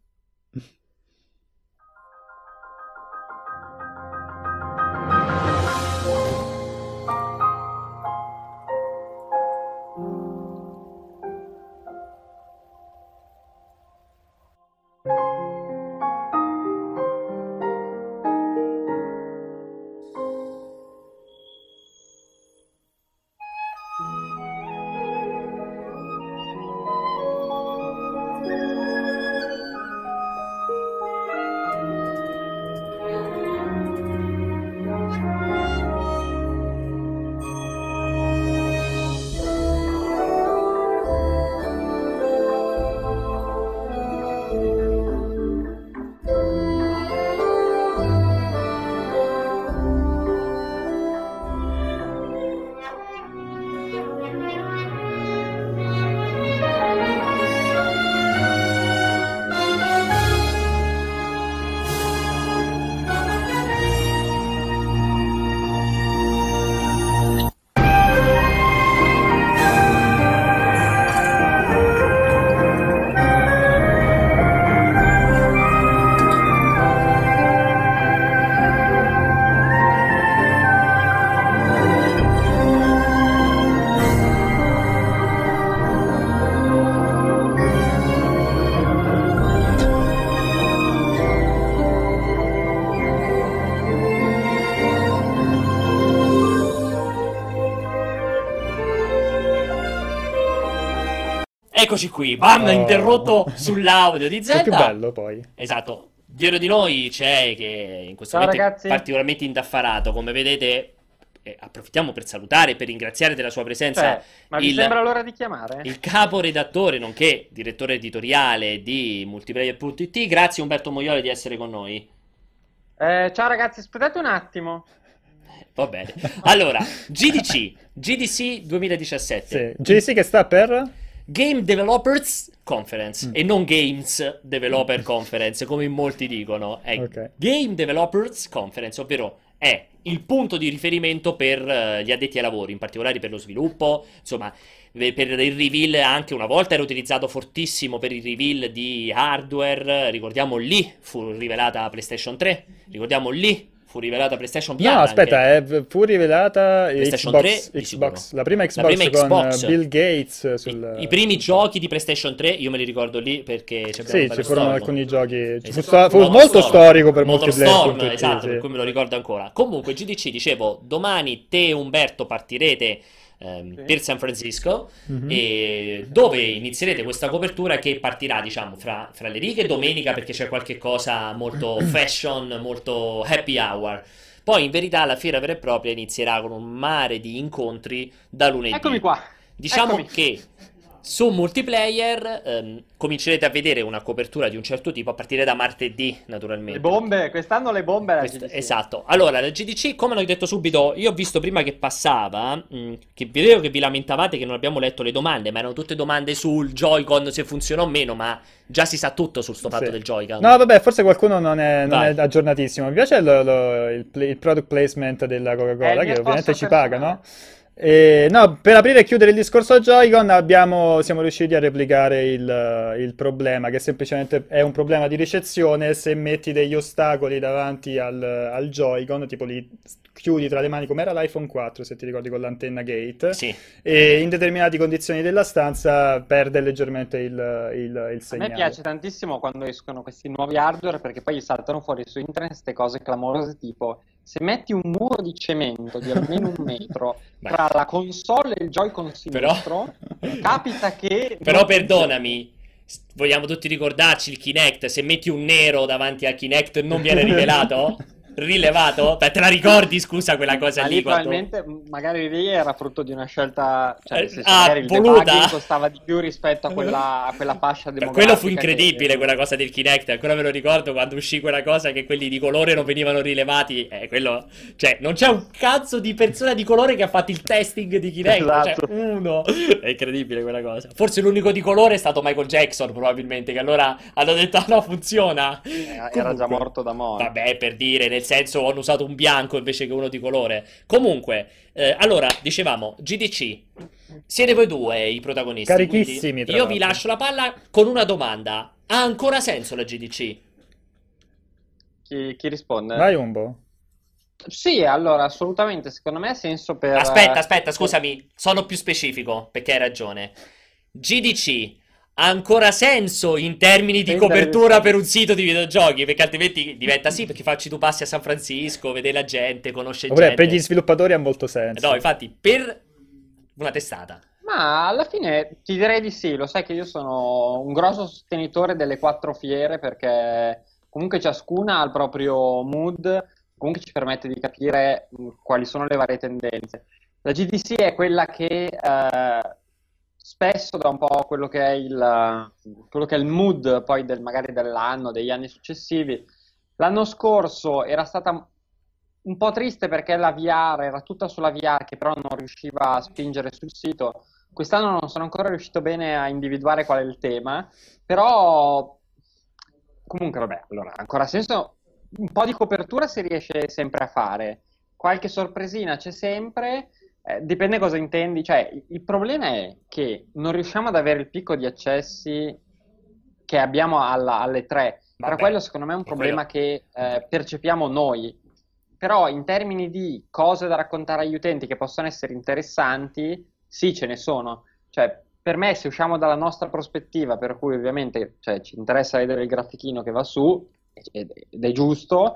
Eccoci qui, bam, Oh. interrotto sull'audio di C'è più Zelda. bello poi. Esatto. Dietro di noi c'è che in questo Ciao, momento è ragazzi. particolarmente indaffarato. Come vedete, eh, approfittiamo per salutare e per ringraziare della sua presenza Cioè, ma vi il, sembra l'ora di chiamare? il capo redattore, nonché direttore editoriale di multiplayer punto it. Grazie Umberto Moioli di essere con noi. Eh, ciao ragazzi, aspettate un attimo. Va bene. Allora, G D C, G D C duemiladiciassette. Sì. J C che sta per? Game Developers Conference Mm. e non Games Developer Conference, come in molti dicono. È Ok. Game Developers Conference, ovvero è il punto di riferimento per eh, gli addetti ai lavori, in particolare per lo sviluppo, insomma, per per il reveal. Anche una volta era utilizzato fortissimo per il reveal di hardware. Ricordiamo lì fu rivelata PlayStation tre, ricordiamo lì fu rivelata PlayStation V R. No, anche. aspetta, è, fu rivelata PlayStation Xbox, tre di Xbox, sicuro. la prima La Xbox prima con Xbox. eh, Bill Gates I, sul... i primi giochi di PlayStation tre, io me li ricordo lì perché ci abbiamo Sì, un ci bello furono storico. alcuni giochi. Fu, Esatto. sta- fu Motor molto Storm. storico per Motor multiplayer. Storm, punto it, esatto, sì. per cui me lo ricordo ancora. Comunque, G D C, dicevo, domani te e Umberto partirete ehm, Sì. per San Francisco, Mhm. e dove inizierete questa copertura che partirà, diciamo, fra, fra le righe domenica, perché c'è qualche cosa molto fashion, molto happy hour. Poi in verità la fiera vera e propria inizierà con un mare di incontri da lunedì. Eccomi qua. Diciamo Eccomi. che su multiplayer ehm, comincerete a vedere una copertura di un certo tipo a partire da martedì, naturalmente. Le bombe, quest'anno le bombe alla Quest- G D C. Esatto. Allora, la G D C, come l'ho detto subito, io ho visto prima che passava, mh, che vedevo che vi lamentavate che non abbiamo letto le domande, ma erano tutte domande sul Joy-Con, se funziona o meno, ma già si sa tutto sul sto fatto Sì. del Joy-Con. No, vabbè, forse qualcuno non è, non Vai. è aggiornatissimo. Mi piace lo- lo- il, pla- il product placement della È Coca-Cola, il che mio ovviamente posto ci pagano. personale. E, no, per aprire e chiudere il discorso Joy-Con abbiamo, siamo riusciti a replicare il, il problema, che semplicemente è un problema di ricezione. Se metti degli ostacoli davanti al, al Joy-Con, tipo li chiudi tra le mani, come era l'iPhone quattro, se ti ricordi, con l'antenna gate, Sì. e in determinate condizioni della stanza perde leggermente il, il, il A me segnale. piace tantissimo quando escono questi nuovi hardware perché poi saltano fuori su internet queste cose clamorose tipo se metti un muro di cemento di almeno un metro Beh. tra la console e il Joy-Con Però- sinistro, capita che... Però non perdonami, s- vogliamo tutti ricordarci il Kinect, se metti un nero davanti al Kinect non viene rivelato? Rilevato? Beh, te la ricordi, scusa, quella cosa Ma lì lì quando... probabilmente magari lì era frutto di una scelta, cioè nel Eh, senso ah, magari il voluta? debugging costava di più rispetto a quella, a quella fascia Per demografica. quello fu incredibile che- quella cosa del Kinect, ancora me lo ricordo quando uscì quella cosa che quelli di colore non venivano rilevati, eh, quello, cioè, non c'è un cazzo di persona di colore che ha fatto il testing di Kinect, Esatto. cioè, uno, è incredibile quella cosa. Forse l'unico di colore è stato Michael Jackson, probabilmente, che allora hanno detto, ah no, funziona. Era già Comunque, morto da morte. Vabbè, per dire, nel senso, hanno usato un bianco invece che uno di colore. Comunque, eh, allora, dicevamo, G D C, siete voi due i protagonisti. Carichissimi, quindi tra io vi l'altro. lascio la palla con una domanda. Ha ancora senso la G D C? Chi, chi risponde? Vai Umbo. Sì, allora assolutamente, secondo me ha senso per... Aspetta, aspetta, scusami, sono più specifico, perché hai ragione. G D C ha ancora senso in termini di Vendere copertura il- per un sito di videogiochi? Perché altrimenti diventa sì, perché facci tu passi a San Francisco, vedi la gente, conosce Oppure gente. per gli sviluppatori ha molto senso. No, infatti, per una testata. Ma alla fine ti direi di sì, lo sai che io sono un grosso sostenitore delle quattro fiere perché comunque ciascuna ha il proprio mood, comunque ci permette di capire mh, quali sono le varie tendenze. La G D C è quella che eh, spesso dà un po' quello che è il, quello che è il mood poi del, magari dell'anno, degli anni successivi. L'anno scorso era stata un po' triste perché la V R era tutta sulla V R che però non riusciva a spingere sul sito. Quest'anno non sono ancora riuscito bene a individuare qual è il tema, però comunque vabbè, allora ancora senso un po' di copertura si riesce sempre a fare, qualche sorpresina c'è sempre, eh, dipende cosa intendi, cioè il- il problema è che non riusciamo ad avere il picco di accessi che abbiamo alla- alle tre, però Vabbè, quello secondo me è un quello- problema che eh, percepiamo noi, però in termini di cose da raccontare agli utenti che possono essere interessanti, sì, ce ne sono. Cioè, per me, se usciamo dalla nostra prospettiva, per cui ovviamente cioè, ci interessa vedere il grafichino che va su, ed ed è giusto,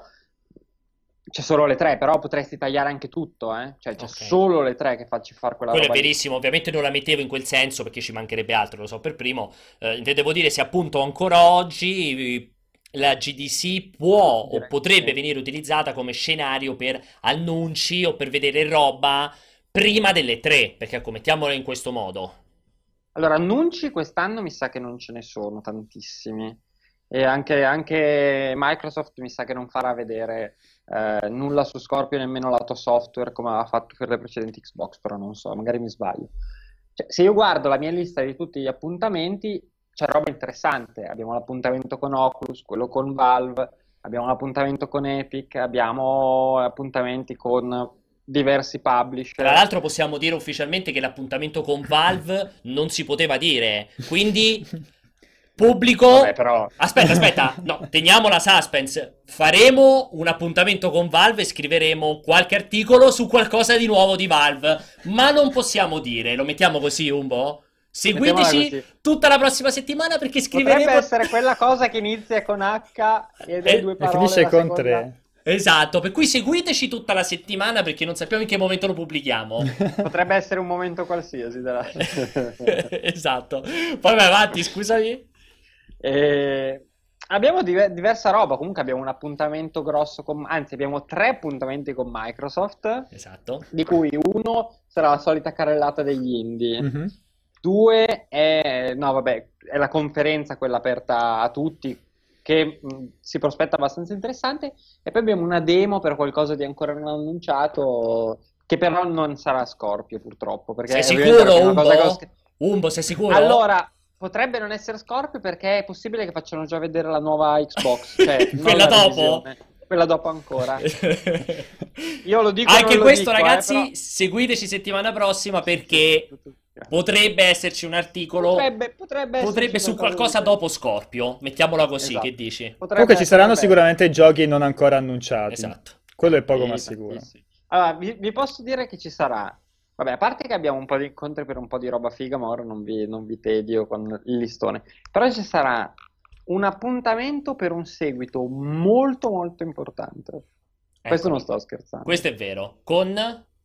c'è solo le tre, però potresti tagliare anche tutto, eh? Cioè, c'è Ok. solo le tre che facci fare quella Quello è roba lì. verissimo, ovviamente non la mettevo in quel senso perché ci mancherebbe altro, lo so per primo. Eh, intendevo dire se appunto ancora oggi eh, la G D C può o Direi potrebbe sì. venire utilizzata come scenario per annunci o per vedere roba prima delle tre, perché ecco, mettiamolo in questo modo. Allora, annunci quest'anno mi sa che non ce ne sono tantissimi. E anche, anche Microsoft mi sa che non farà vedere eh, nulla su Scorpio, nemmeno lato software, come aveva fatto per le precedenti Xbox, però non so, magari mi sbaglio. Cioè, se io guardo la mia lista di tutti gli appuntamenti, c'è roba interessante. Abbiamo l'appuntamento con Oculus, quello con Valve, abbiamo l'appuntamento con Epic, abbiamo appuntamenti con diversi publisher. Tra l'altro possiamo dire ufficialmente che l'appuntamento con Valve non si poteva dire, quindi pubblico... Vabbè, però... Aspetta, aspetta, no, teniamo la suspense. Faremo un appuntamento con Valve e scriveremo qualche articolo su qualcosa di nuovo di Valve, ma non possiamo dire, lo mettiamo così, Umbo? Seguiteci Mettiamola così. tutta la prossima settimana perché Potrebbe scriveremo... essere quella cosa che inizia con H ed è E- due E parole finisce la con seconda. tre. Esatto, per cui seguiteci tutta la settimana perché non sappiamo in che momento lo pubblichiamo. Potrebbe essere un momento qualsiasi della... Esatto. Poi vai avanti, scusami. E abbiamo diver- diversa roba, comunque abbiamo un appuntamento grosso con, anzi abbiamo tre appuntamenti con Microsoft, Esatto. di cui uno sarà la solita carrellata degli indie, Mhm. due è, no vabbè, è la conferenza quella aperta a tutti che mh, si prospetta abbastanza interessante, e poi abbiamo una demo per qualcosa di ancora non annunciato, che però non sarà Scorpio purtroppo, perché Sei ovviamente sicuro, la prima cosa che ho Umbo? scritto- Umbo, sei sicuro? allora, potrebbe non essere Scorpio perché è possibile che facciano già vedere la nuova Xbox, cioè non Quella la dopo? revisione, quella dopo ancora. Io lo dico, Anche non lo questo, dico, eh, ragazzi, però- seguiteci settimana prossima perché potrebbe esserci un articolo. Potrebbe, potrebbe, Potrebbe esserci su qualcosa qualcosa di- dopo Scorpio. Mettiamola così, Esatto. che dici? Potrebbe- Comunque ci saranno potrebbe- sicuramente giochi non ancora annunciati. Esatto. Quello è poco Sì, ma sicuro. tantissimi. Allora, vi, vi posso dire che ci sarà. Vabbè, a parte che abbiamo un po' di incontri per un po' di roba figa, ma ora non vi, non vi tedio con il listone. Però ci sarà un appuntamento per un seguito molto molto importante. Questo Ecco. non sto scherzando. Questo è vero. Con...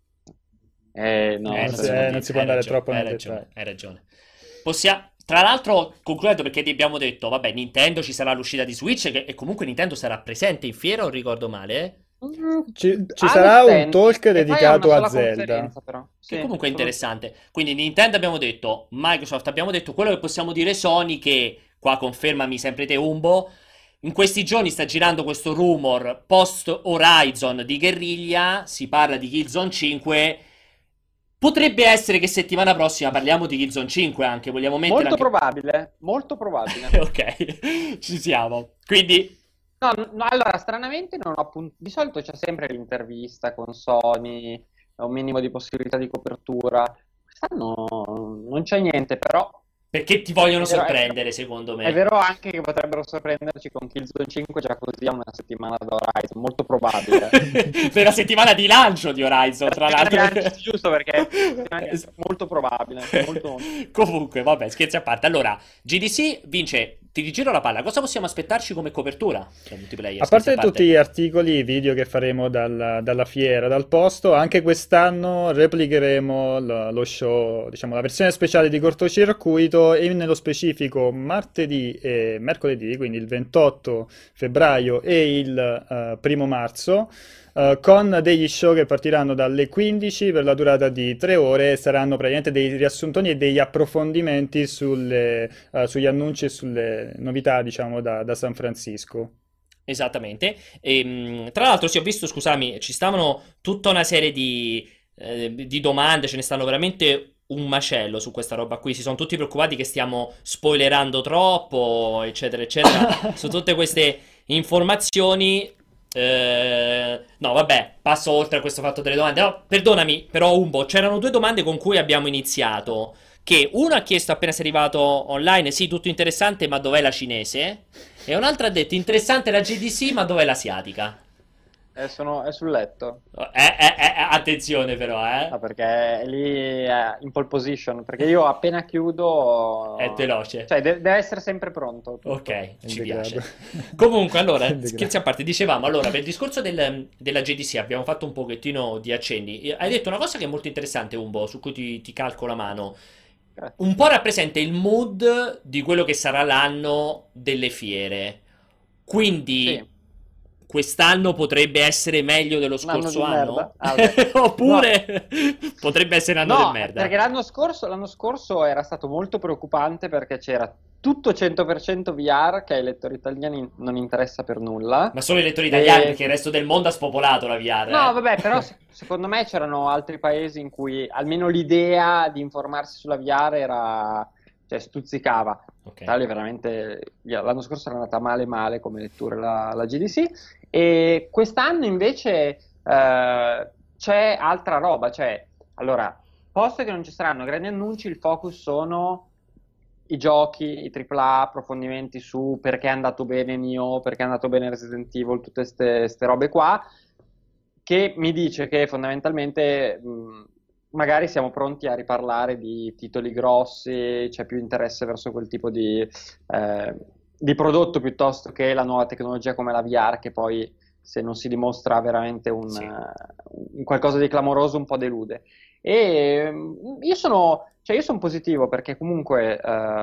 Eh, no, Eh, non se- si- può eh, dire. non si può Hai andare ragione, troppo hai nel ragione, dettaglio. hai ragione. Possiamo... Tra l'altro, concludendo, perché ti abbiamo detto, vabbè, Nintendo ci sarà l'uscita di Switch che- e comunque Nintendo sarà presente in fiera, o ricordo male? eh? Mm, Ci, ci ha sarà lo un stand, talk e poi ha dedicato una a sola Zelda. conferenza, però. Che Sì, comunque è solo- interessante. Quindi Nintendo abbiamo detto, Microsoft abbiamo detto, quello che possiamo dire Sony, che qua confermami sempre te Umbo, in questi giorni sta girando questo rumor post Horizon di Guerriglia, si parla di Killzone cinque. Potrebbe essere che settimana prossima parliamo di Killzone cinque anche, vogliamo mettere Molto anche... probabile, molto probabile. Ok, ci siamo. Quindi No, no, allora, stranamente non ho appunt- di solito c'è sempre l'intervista con Sony, un minimo di possibilità di copertura. Quest'anno non c'è niente, però perché ti vogliono È vero, è sorprendere, vero. secondo me. è vero anche che potrebbero sorprenderci con Killzone cinque già così a una settimana da Horizon, molto probabile. Per la settimana di lancio di Horizon, tra l'altro. Anzi, giusto perché è molto probabile, molto, molto. Comunque, vabbè, scherzi a parte. Allora, G D C vince, ti rigiro la palla. Cosa possiamo aspettarci come copertura da multiplayer? A Scherzi parte tutti gli articoli, i video che faremo dalla, dalla fiera, dal posto, anche quest'anno replicheremo lo, lo show, diciamo la versione speciale di cortocircuito, e nello specifico martedì e mercoledì, quindi il ventotto febbraio e il eh, primo marzo, eh, con degli show che partiranno dalle quindici per la durata di tre ore, e saranno praticamente dei riassuntoni e degli approfondimenti sulle, eh, sugli annunci e sulle novità, diciamo, da, da San Francisco. Esattamente. E, mh, tra l'altro, sì, ho visto, scusami, ci stavano tutta una serie di, eh, di domande, ce ne stanno veramente un macello su questa roba qui. Si sono tutti preoccupati che stiamo spoilerando troppo, eccetera, eccetera. Su tutte queste informazioni. Eh, no, vabbè, passo oltre a questo fatto delle domande. No, perdonami, però, Umbo, c'erano due domande con cui abbiamo iniziato. Che uno ha chiesto appena sei arrivato online, sì, tutto interessante, ma dov'è la cinese? E un altro ha detto interessante la G D C, ma dov'è l'asiatica? Eh, sono- è sul letto. Eh, eh, eh, attenzione però, eh. No, perché è lì è in pole position, perché io appena chiudo È veloce. cioè de- deve essere sempre pronto tutto. Ok, ci In piace. degrado. Comunque, allora, In degrado. scherzi a parte, dicevamo, allora, per il discorso del- della G D C abbiamo fatto un pochettino di accenni. Hai detto una cosa che è molto interessante, Umbo, su cui ti, ti calco la mano. Grazie. Un po' rappresenta il mood di quello che sarà l'anno delle fiere. Quindi... Sì. Quest'anno potrebbe essere meglio dello Un anno scorso di anno? merda? Ah, ok. Oppure potrebbe essere un anno No, di merda? perché l'anno scorso, l'anno scorso era stato molto preoccupante perché c'era tutto cento per cento V R che ai lettori italiani non interessa per nulla. Ma solo i lettori italiani, E- perché il resto del mondo ha spopolato la V R. No, eh. vabbè, però se- secondo me c'erano altri paesi in cui almeno l'idea di informarsi sulla V R era, cioè, stuzzicava. Ok. Italia veramente l'anno scorso era andata male male come lettura la, la G D C, e quest'anno invece eh, c'è altra roba, cioè, allora, posto che non ci saranno grandi annunci, il focus sono i giochi, i tripla A, approfondimenti su perché è andato bene Nioh, perché è andato bene Resident Evil, tutte queste robe qua, che mi dice che fondamentalmente mh, magari siamo pronti a riparlare di titoli grossi, c'è più interesse verso quel tipo di, eh, di prodotto piuttosto che la nuova tecnologia come la V R, che poi se non si dimostra veramente un, Sì. uh, un qualcosa di clamoroso un po' delude. E um, io sono, cioè io sono positivo perché comunque uh,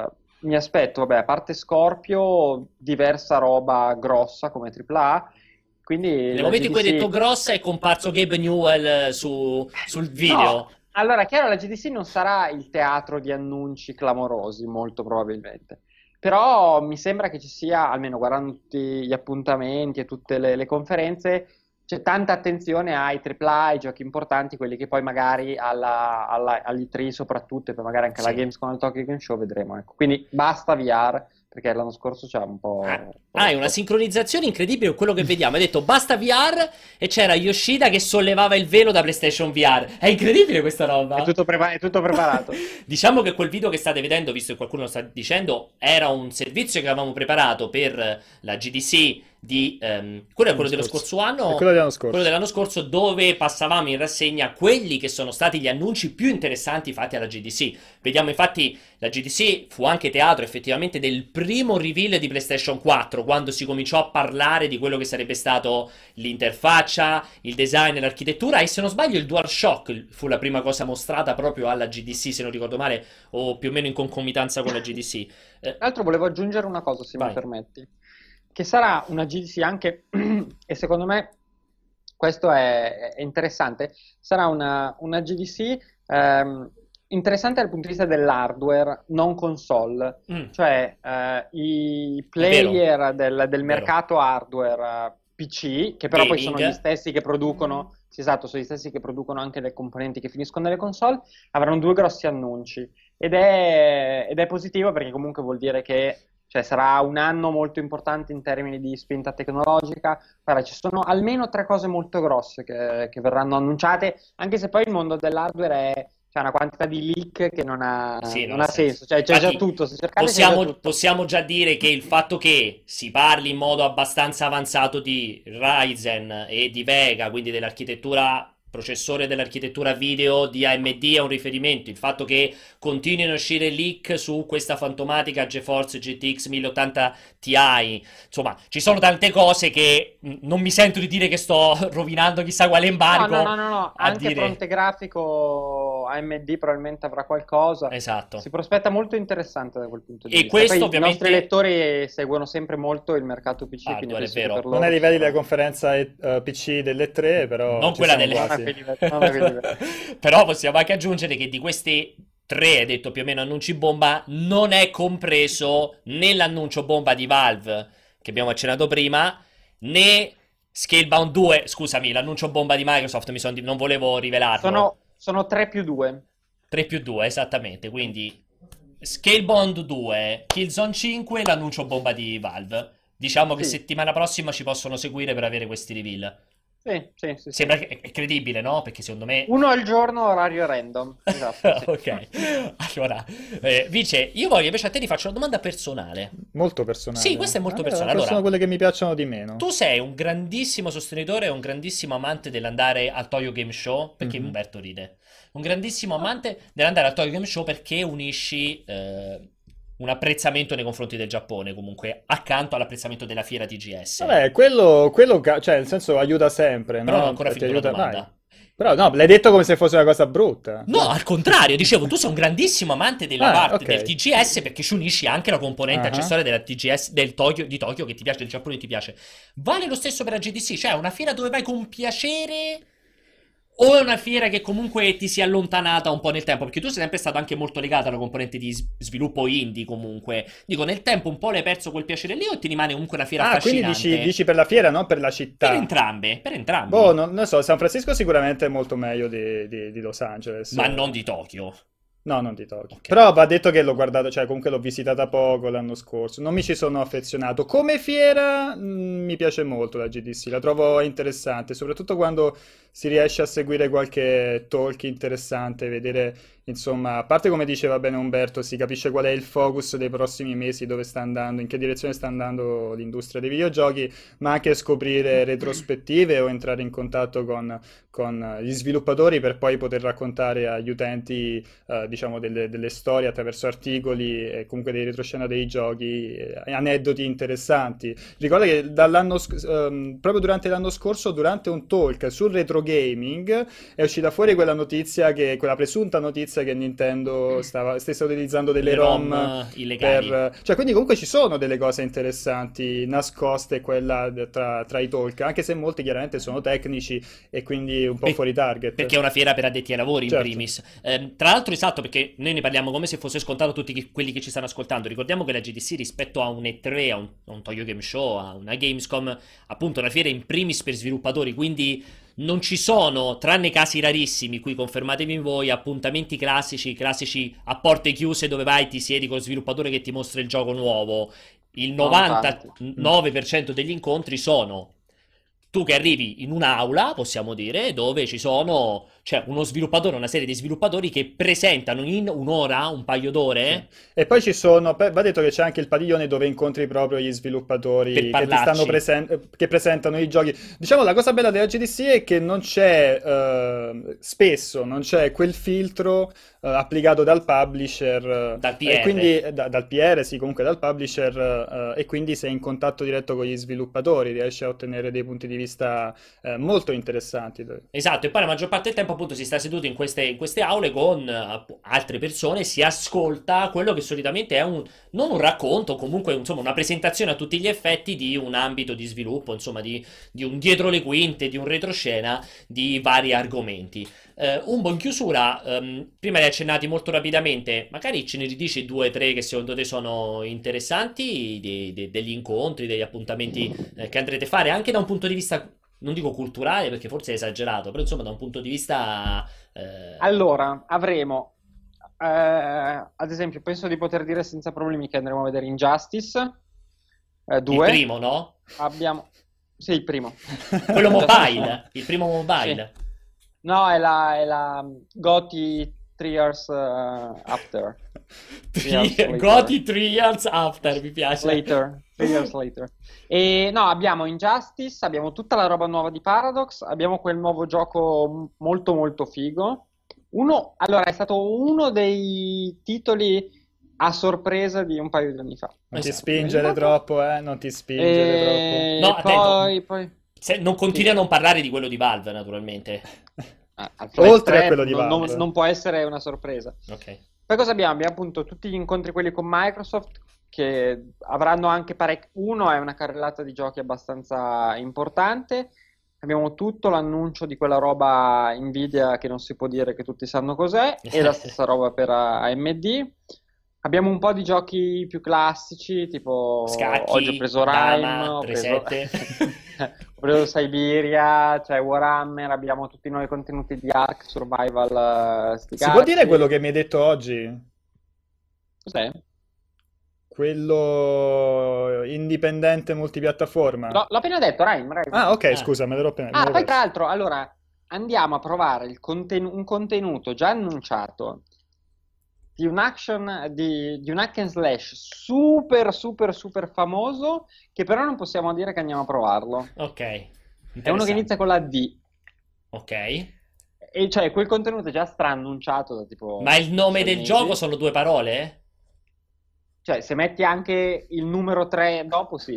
mi aspetto, vabbè, a parte Scorpio, diversa roba grossa come tripla A, quindi Nel la momento in cui hai G D C... detto grossa è comparso Gabe Newell su, sul No, video. allora, chiaro, la G D C non sarà il teatro di annunci clamorosi, molto probabilmente. Però mi sembra che ci sia, almeno guardando tutti gli appuntamenti e tutte le, le conferenze, c'è tanta attenzione ai tripla A, ai giochi importanti, quelli che poi magari alla, alla, all'E tre soprattutto, e poi magari anche alla Sì. Gamescom, al Tokyo Game Show vedremo. Ecco. Quindi basta V R, perché l'anno scorso c'è un po'... Ah, un po' hai una sincronizzazione incredibile con quello che vediamo. Hai detto basta V R e c'era Yoshida che sollevava il velo da PlayStation V R. È incredibile questa roba. È tutto, prepa- è tutto preparato. Diciamo che quel video che state vedendo, visto che qualcuno lo sta dicendo, era un servizio che avevamo preparato per la G D C di... ehm, quello è quello dello scorso anno? È quello dell'anno scorso. Quello dell'anno scorso, dove passavamo in rassegna quelli che sono stati gli annunci più interessanti fatti alla G D C. Vediamo infatti, la G D C fu anche teatro effettivamente del primo reveal di PlayStation quattro, quando si cominciò a parlare di quello che sarebbe stato l'interfaccia, il design e l'architettura, e se non sbaglio il DualShock fu la prima cosa mostrata proprio alla G D C, se non ricordo male, o più o meno in concomitanza con la G D C. Eh, Tra l'altro volevo aggiungere una cosa, se Vai. mi permetti, che sarà una G D C anche, e secondo me questo è, è interessante, sarà una, una G D C ehm, interessante dal punto di vista dell'hardware, non console, mm, cioè eh, i vero. player del, del Vero. mercato hardware eh, P C, che però poi sono Gaming. gli stessi che producono, sì, esatto, sono gli stessi che producono anche le componenti che finiscono nelle console, avranno due grossi annunci ed è, ed è positivo perché comunque vuol dire che cioè, sarà un anno molto importante in termini di spinta tecnologica. Guarda, ci sono almeno tre cose molto grosse che, che verranno annunciate, anche se poi il mondo dell'hardware è c'è una quantità di leak che non ha, Sì, non non ha ha senso, senso. cioè c'è già Infatti, tutto, se cercate c'è Possiamo, già tutto. possiamo già dire che il fatto che si parli in modo abbastanza avanzato di Ryzen e di Vega, quindi dell'architettura processore dell'architettura video di A M D, è un riferimento. Il fatto che continuino a uscire leak su questa fantomatica GeForce G T X mille ottanta Ti, insomma, ci sono tante cose che mh, non mi sento di dire che sto rovinando chissà quale No, embargo no, no, no, no, a anche dire. fronte grafico A M D probabilmente avrà qualcosa. Esatto. Si prospetta molto interessante da quel punto di E vista. questo Poi ovviamente- i nostri lettori seguono sempre molto il mercato P C, Ah, quindi è penso che vero. per loro Non ai livelli sarà- della conferenza eh, P C delle tre, però Non ci quella siamo delle- Non a quasi. quei livelli, non a quei livelli. Però possiamo anche aggiungere che di questi tre, hai detto più o meno annunci bomba, non è compreso né l'annuncio bomba di Valve, che abbiamo accennato prima, né Scalebound due, scusami, l'annuncio bomba di Microsoft, mi son di- non volevo rivelarlo. Sono, sono tre più due. tre più due, esattamente, quindi Scalebound due, Killzone cinque e l'annuncio bomba di Valve. Diciamo che Sì. settimana prossima ci possono seguire per avere questi reveal. Sì, sì, sì, sì. Sembra che è credibile, no? Perché secondo me... Uno al giorno, orario random. Esatto, sì. Ok, allora, eh, Vice, io voglio invece a te ti faccio una domanda personale. Molto personale. Sì, questo è molto Ah, personale. Queste sono Allora, quelle che mi piacciono di meno. tu sei un grandissimo sostenitore e un grandissimo amante dell'andare al Tokyo Game Show, perché Mhm. Umberto ride. Un grandissimo amante dell'andare al Tokyo Game Show perché unisci eh, un apprezzamento nei confronti del Giappone, comunque, accanto all'apprezzamento della fiera T G S. Vabbè, quello, quello ca- cioè, nel senso, aiuta sempre, Però no? non ho ancora Ti finito la aiuta- domanda. vai. Però, no, l'hai detto come se fosse una cosa brutta. No, al contrario, dicevo, tu sei un grandissimo amante della Ah, parte ok. del T G S perché ci unisci anche la componente Ah. accessoria della T G S, del Tokyo, di Tokyo che ti piace, del Giappone che ti piace. Vale lo stesso per la G D C? Cioè, è una fiera dove vai con piacere o è una fiera che comunque ti si è allontanata un po' nel tempo? Perché tu sei sempre stato anche molto legato alla componente di s- sviluppo indie comunque. Dico, nel tempo un po' l'hai perso quel piacere lì o ti rimane comunque una fiera Ah, quindi affascinante? dici, dici per la fiera, non per la città. Per entrambe, per entrambi. Boh, non, non so, San Francisco sicuramente è molto meglio di, di- di Los Angeles. Ma non di Tokyo. No, non di Tokyo. Ok. Però va detto che l'ho guardato, cioè comunque l'ho visitata poco l'anno scorso. Non mi ci sono affezionato. Come fiera, mh, mi piace molto la G D C, la trovo interessante, soprattutto quando si riesce a seguire qualche talk interessante, vedere, insomma, a parte come diceva bene Umberto, si capisce qual è il focus dei prossimi mesi, dove sta andando, in che direzione sta andando l'industria dei videogiochi, ma anche scoprire retrospettive o entrare in contatto con, con gli sviluppatori per poi poter raccontare agli utenti eh, diciamo delle, delle storie attraverso articoli e comunque dei retroscena dei giochi, eh, aneddoti interessanti. Ricordo che dall'anno sc- ehm, proprio durante l'anno scorso, durante un talk sul retro gaming, è uscita fuori quella notizia che, quella presunta notizia che Nintendo stava, stesse utilizzando delle Le ROM ROM illegali. per... Cioè, quindi comunque ci sono delle cose interessanti nascoste quella de- tra, tra i talk, anche se molti chiaramente sono tecnici e quindi un po' Per- fuori target. Perché è una fiera per addetti ai lavori, Certo. in primis. Ehm, tra l'altro, esatto, perché noi ne parliamo come se fosse scontato a tutti chi- quelli che ci stanno ascoltando. Ricordiamo che la G D C rispetto a un E tre, a un, a un Tokyo Game Show, a una Gamescom, appunto, è una fiera in primis per sviluppatori, quindi non ci sono, tranne casi rarissimi, qui confermatevi voi, appuntamenti classici, classici a porte chiuse dove vai, ti siedi con lo sviluppatore che ti mostra il gioco nuovo. Il Non novantanove per cento degli incontri sono tu che arrivi in un'aula, possiamo dire, dove ci sono, cioè, uno sviluppatore, una serie di sviluppatori che presentano in un'ora, un paio d'ore, Sì. E poi ci sono, pe- va detto che c'è anche il padiglione dove incontri proprio gli sviluppatori Per che ti parlarci. stanno presen- che presentano i giochi. Diciamo, la cosa bella della G D C è che non c'è, eh, spesso, non c'è quel filtro eh, applicato dal publisher, eh, dal P e R. quindi eh, da- dal P R, sì, comunque dal publisher, eh, e quindi sei in contatto diretto con gli sviluppatori, riesci a ottenere dei punti di vista eh, molto interessanti. Esatto, e poi la maggior parte del tempo appunto si sta seduti in queste, in queste aule con eh, app- altre persone, si ascolta quello che solitamente è un, non un racconto, comunque insomma una presentazione a tutti gli effetti di un ambito di sviluppo, insomma di, di un dietro le quinte, di un retroscena di vari argomenti. Eh, un po' in chiusura, ehm, prima li hai accennati molto rapidamente, magari ce ne ridici due o tre che secondo te sono interessanti, de- de- degli incontri, degli appuntamenti eh, che andrete a fare, anche da un punto di vista, non dico culturale perché forse è esagerato, però insomma da un punto di vista... eh, Allora, avremo, eh, ad esempio, penso di poter dire senza problemi che andremo a vedere Injustice eh, il due. primo, no? Abbiamo... Sì, il primo. Quello Injustice mobile, uno. il primo mobile. Sì. No, è la, è la Goti Three Years eh, After. Three years Three- later. Goti Three Years After, mi piace. Later. Three years later. E no, abbiamo Injustice, abbiamo tutta la roba nuova di Paradox, abbiamo quel nuovo gioco molto molto figo. Uno, allora, è stato uno dei titoli a sorpresa di un paio di anni fa. Non ti Esatto. spingere Esatto. troppo, eh? Non ti spingere E No, attento. poi, poi... Se- non continui a non parlare di quello di Valve, naturalmente. Ah, Half-Life Oltre a tre quello di non, non- Valve. non può essere una sorpresa. Ok. Poi cosa abbiamo? Abbiamo appunto tutti gli incontri quelli con Microsoft che avranno anche parecchio. Uno è una carrellata di giochi abbastanza importante. Abbiamo tutto l'annuncio di quella roba Nvidia che non si può dire che tutti sanno cos'è, e la stessa roba per A M D. Abbiamo un po' di giochi più classici, tipo Scacchi, oggi ho preso Dama, Rime, ho preso... tre sette. ho preso Siberia, c'è Warhammer, abbiamo tutti i nuovi contenuti di Ark, Survival, eh, sti Si può cazzi. dire quello che mi hai detto oggi? Cos'è? Quello indipendente multipiattaforma? L'ho, l'ho appena detto, Rime, Rime. Ah, ok, Ah. scusa, me l'ero appena... me Ah, l'ero poi perso. tra l'altro, allora, andiamo a provare il conten- un contenuto già annunciato di un action, di, di un hack and slash super, super, super famoso, che però non possiamo dire che andiamo a provarlo. Ok. È uno che Interessante. inizia con la D. Ok. E cioè, quel contenuto è già straannunciato da tipo... Ma il nome sei del mesi. gioco sono due parole? Cioè, se metti anche il numero tre dopo, sì.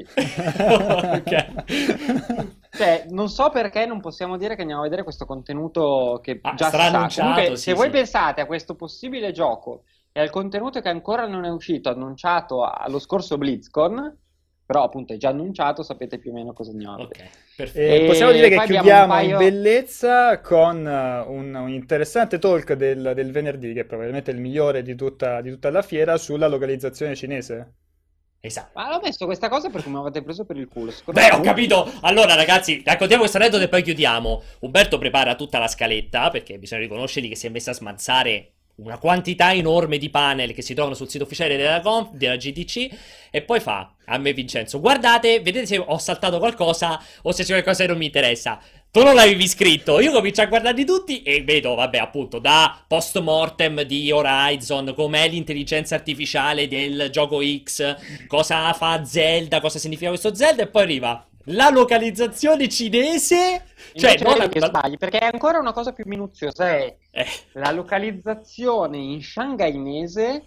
Ok. Cioè, non so perché non possiamo dire che andiamo a vedere questo contenuto che Ah, già si sa. straannunciato, Comunque, sì, se voi sì. pensate a questo possibile gioco e al contenuto che ancora non è uscito, annunciato allo scorso BlizzCon, però appunto è già annunciato, sapete più o meno cosa andiamo a vedere. Ok, perfetto. E E possiamo dire che poi abbiamo chiudiamo un paio- in bellezza con eh, un, un interessante talk del, del venerdì, che è probabilmente il migliore di tutta, di tutta la fiera, sulla localizzazione cinese. Esatto. Ma l'ho messo questa cosa perché mi avete preso per il culo. Beh, ho capito. Allora, ragazzi, raccontiamo questo aneddoto e poi chiudiamo. Umberto prepara tutta la scaletta, perché bisogna riconoscergli che si è messa a smansare una quantità enorme di panel che si trovano sul sito ufficiale della, conf- della G D C, e poi fa a me Vincenzo: guardate, vedete se ho saltato qualcosa o se c'è qualcosa che non mi interessa. Tu non l'avevi scritto, io comincio a guardarli tutti e vedo, vabbè, appunto, da post mortem di Horizon, com'è l'intelligenza artificiale del gioco X, cosa fa Zelda, cosa significa questo Zelda, e poi arriva la localizzazione cinese. Cioè, Invece non vedi la- che la- sbagli, perché è ancora una cosa più minuziosa, è eh, la localizzazione in shanghainese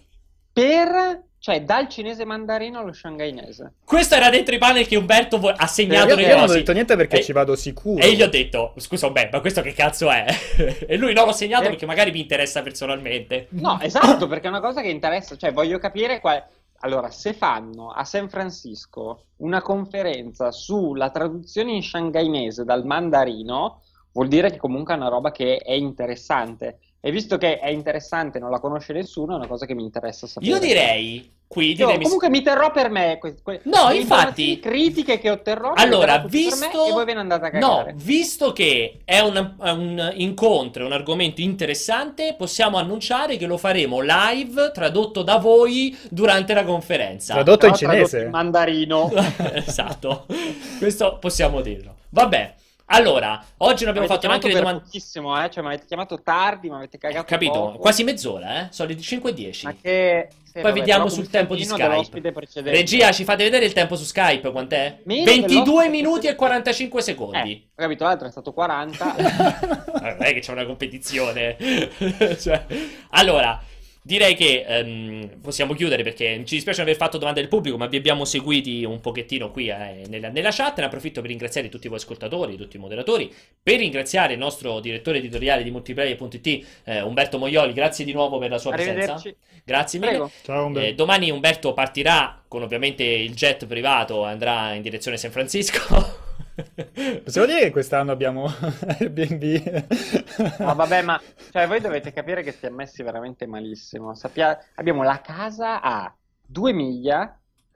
per, cioè dal cinese mandarino allo shanghainese. Questo era dentro i panel che Umberto vo- ha Eh, segnato io, le io non ho cose. detto niente perché E- ci vado sicuro. E io gli ho detto, scusa Umberto, ma questo che cazzo è? E lui no, l'ho segnato Eh. perché magari mi interessa personalmente. No, esatto, perché è una cosa che interessa, cioè voglio capire qual... Allora, se fanno a San Francisco una conferenza sulla traduzione in shanghainese dal mandarino, vuol dire che comunque è una roba che è interessante. E visto che è interessante, non la conosce nessuno, è una cosa che mi interessa sapere. Io direi, qui Io direi mi- comunque mi terrò per me que- que- No, le infatti- informazioni critiche che otterrò, me le Allora, terrò tutte per me visto... e voi ve ne andate a No, cagare. visto che è un, è un incontro, è un argomento interessante, possiamo annunciare che lo faremo live, tradotto da voi durante la conferenza. Tradotto in Però tradotto cinese. in mandarino. Esatto, questo possiamo dirlo. Vabbè, allora, oggi non abbiamo Mi avete fatto neanche le chiamato per domande. pochissimo, eh? Cioè, mi avete chiamato tardi, mi avete cagato Capito? poco. Quasi mezz'ora, eh? Sono le cinque e dieci. Ma che... sì, Poi vabbè, vediamo però sul comunque tempo di meno Skype. dell'ospite precedente. Regia, ci fate vedere il tempo su Skype, quant'è? Meno ventidue dell'ospite minuti e precedente. quarantacinque secondi. Eh, ho capito, l'altro è stato quaranta. Non è che c'è una competizione. Cioè, allora, direi che ehm, possiamo chiudere perché ci dispiace non aver fatto domande del pubblico, ma vi abbiamo seguiti un pochettino qui eh, nella, nella chat. Ne approfitto per ringraziare tutti voi ascoltatori, tutti i moderatori, per ringraziare il nostro direttore editoriale di multiplayer punto it, eh, Umberto Moioli. Grazie di nuovo per la sua presenza. Arrivederci. Grazie mille. Prego. Ciao Umberto. Eh, domani Umberto partirà con ovviamente il jet privato, andrà in direzione San Francisco. Possiamo dire che quest'anno abbiamo Airbnb? No, vabbè, ma cioè, voi dovete capire che siamo messi veramente malissimo. Sappia... Abbiamo la casa a due miglia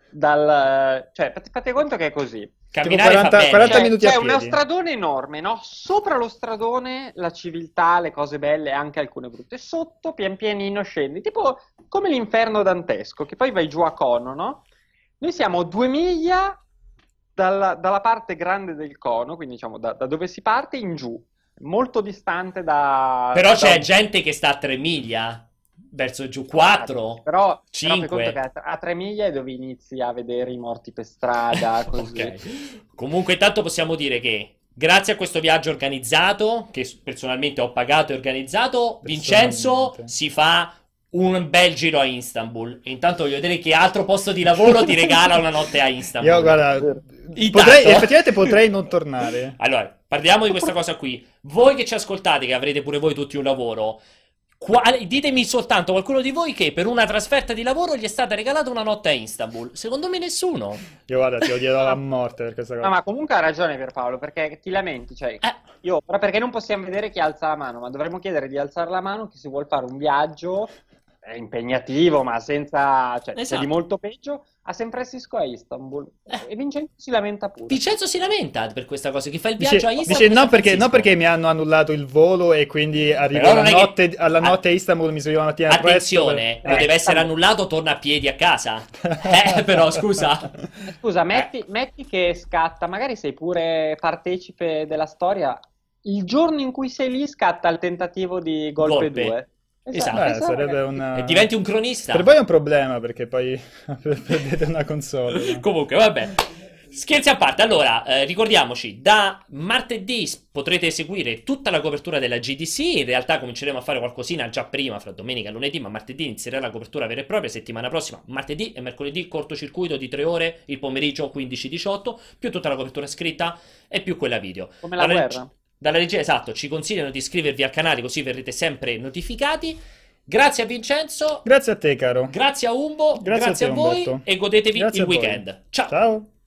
dal... Cioè, fate, fate conto che è così. Camminare quaranta fa bene. quaranta Cioè, minuti a c'è uno piedi. stradone enorme, no? Sopra lo stradone la civiltà, le cose belle, anche alcune brutte. Sotto, pian pianino scendi, tipo come l'inferno dantesco, che poi vai giù a cono, no? Noi siamo a due miglia dalla, dalla parte grande del cono, quindi diciamo da, da dove si parte in giù, molto distante da... Però da- c'è gente che sta a tre miglia, verso giù, quattro. Però, però cinque. fai conto che a, a tre miglia è dove inizi a vedere i morti per strada, così. Ok. Comunque intanto possiamo dire che grazie a questo viaggio organizzato, che personalmente ho pagato e organizzato, Vincenzo Personalmente. si fa un bel giro a Istanbul. E intanto voglio vedere che altro posto di lavoro ti regala una notte a Istanbul. Io, guarda, Intanto- potrei, effettivamente potrei non tornare. Allora, parliamo di questa cosa qui. Voi che ci ascoltate, che avrete pure voi tutti un lavoro, quale- ditemi soltanto qualcuno di voi che per una trasferta di lavoro gli è stata regalata una notte a Istanbul. Secondo me nessuno. Io guarda, ti odierò a morte per questa cosa. No, ma comunque ha ragione Pierpaolo, perché ti lamenti, cioè, Eh, io, ora perché non possiamo vedere chi alza la mano, ma dovremmo chiedere di alzare la mano chi si vuol fare un viaggio eh, impegnativo, ma senza, cioè, c'è Esatto. di molto peggio, a San Francisco e a Istanbul. Eh. E Vincenzo si lamenta pure. Vincenzo si lamenta per questa cosa, che fa il Dice, viaggio a Istanbul. dice e no, San perché, no Francisco. perché mi hanno annullato il volo e quindi arrivo Però la non è che- notte, alla Ah. notte a Istanbul, mi sveglio la mattina presto. Attenzione, per- lo Eh, deve essere Istanbul. annullato, torna a piedi a casa. Eh, però scusa. Eh, Scusa, metti, metti che scatta, magari sei pure partecipe della storia, il giorno in cui sei lì scatta il tentativo di Golpe Golpe. due. Esatto. Beh, pensavo, sarebbe ragazzi. una... E diventi un cronista. Per voi è un problema perché poi perdete una console. no? Comunque, vabbè. Scherzi a parte, allora, eh, ricordiamoci, da martedì s- potrete seguire tutta la copertura della G D C, in realtà cominceremo a fare qualcosina già prima, fra domenica e lunedì, ma martedì inizierà la copertura vera e propria, settimana prossima, martedì e mercoledì, cortocircuito di tre ore, il pomeriggio quindici diciotto, più tutta la copertura scritta e più quella video. Come la Dalla guerra. reg- Dalla regia, esatto, ci consigliano di iscrivervi al canale così verrete sempre notificati. Grazie a Vincenzo, Grazie a te, caro. grazie a Umbo, Grazie a grazie a, te, voi Umberto. e godetevi Grazie il a voi. weekend. Ciao! Ciao.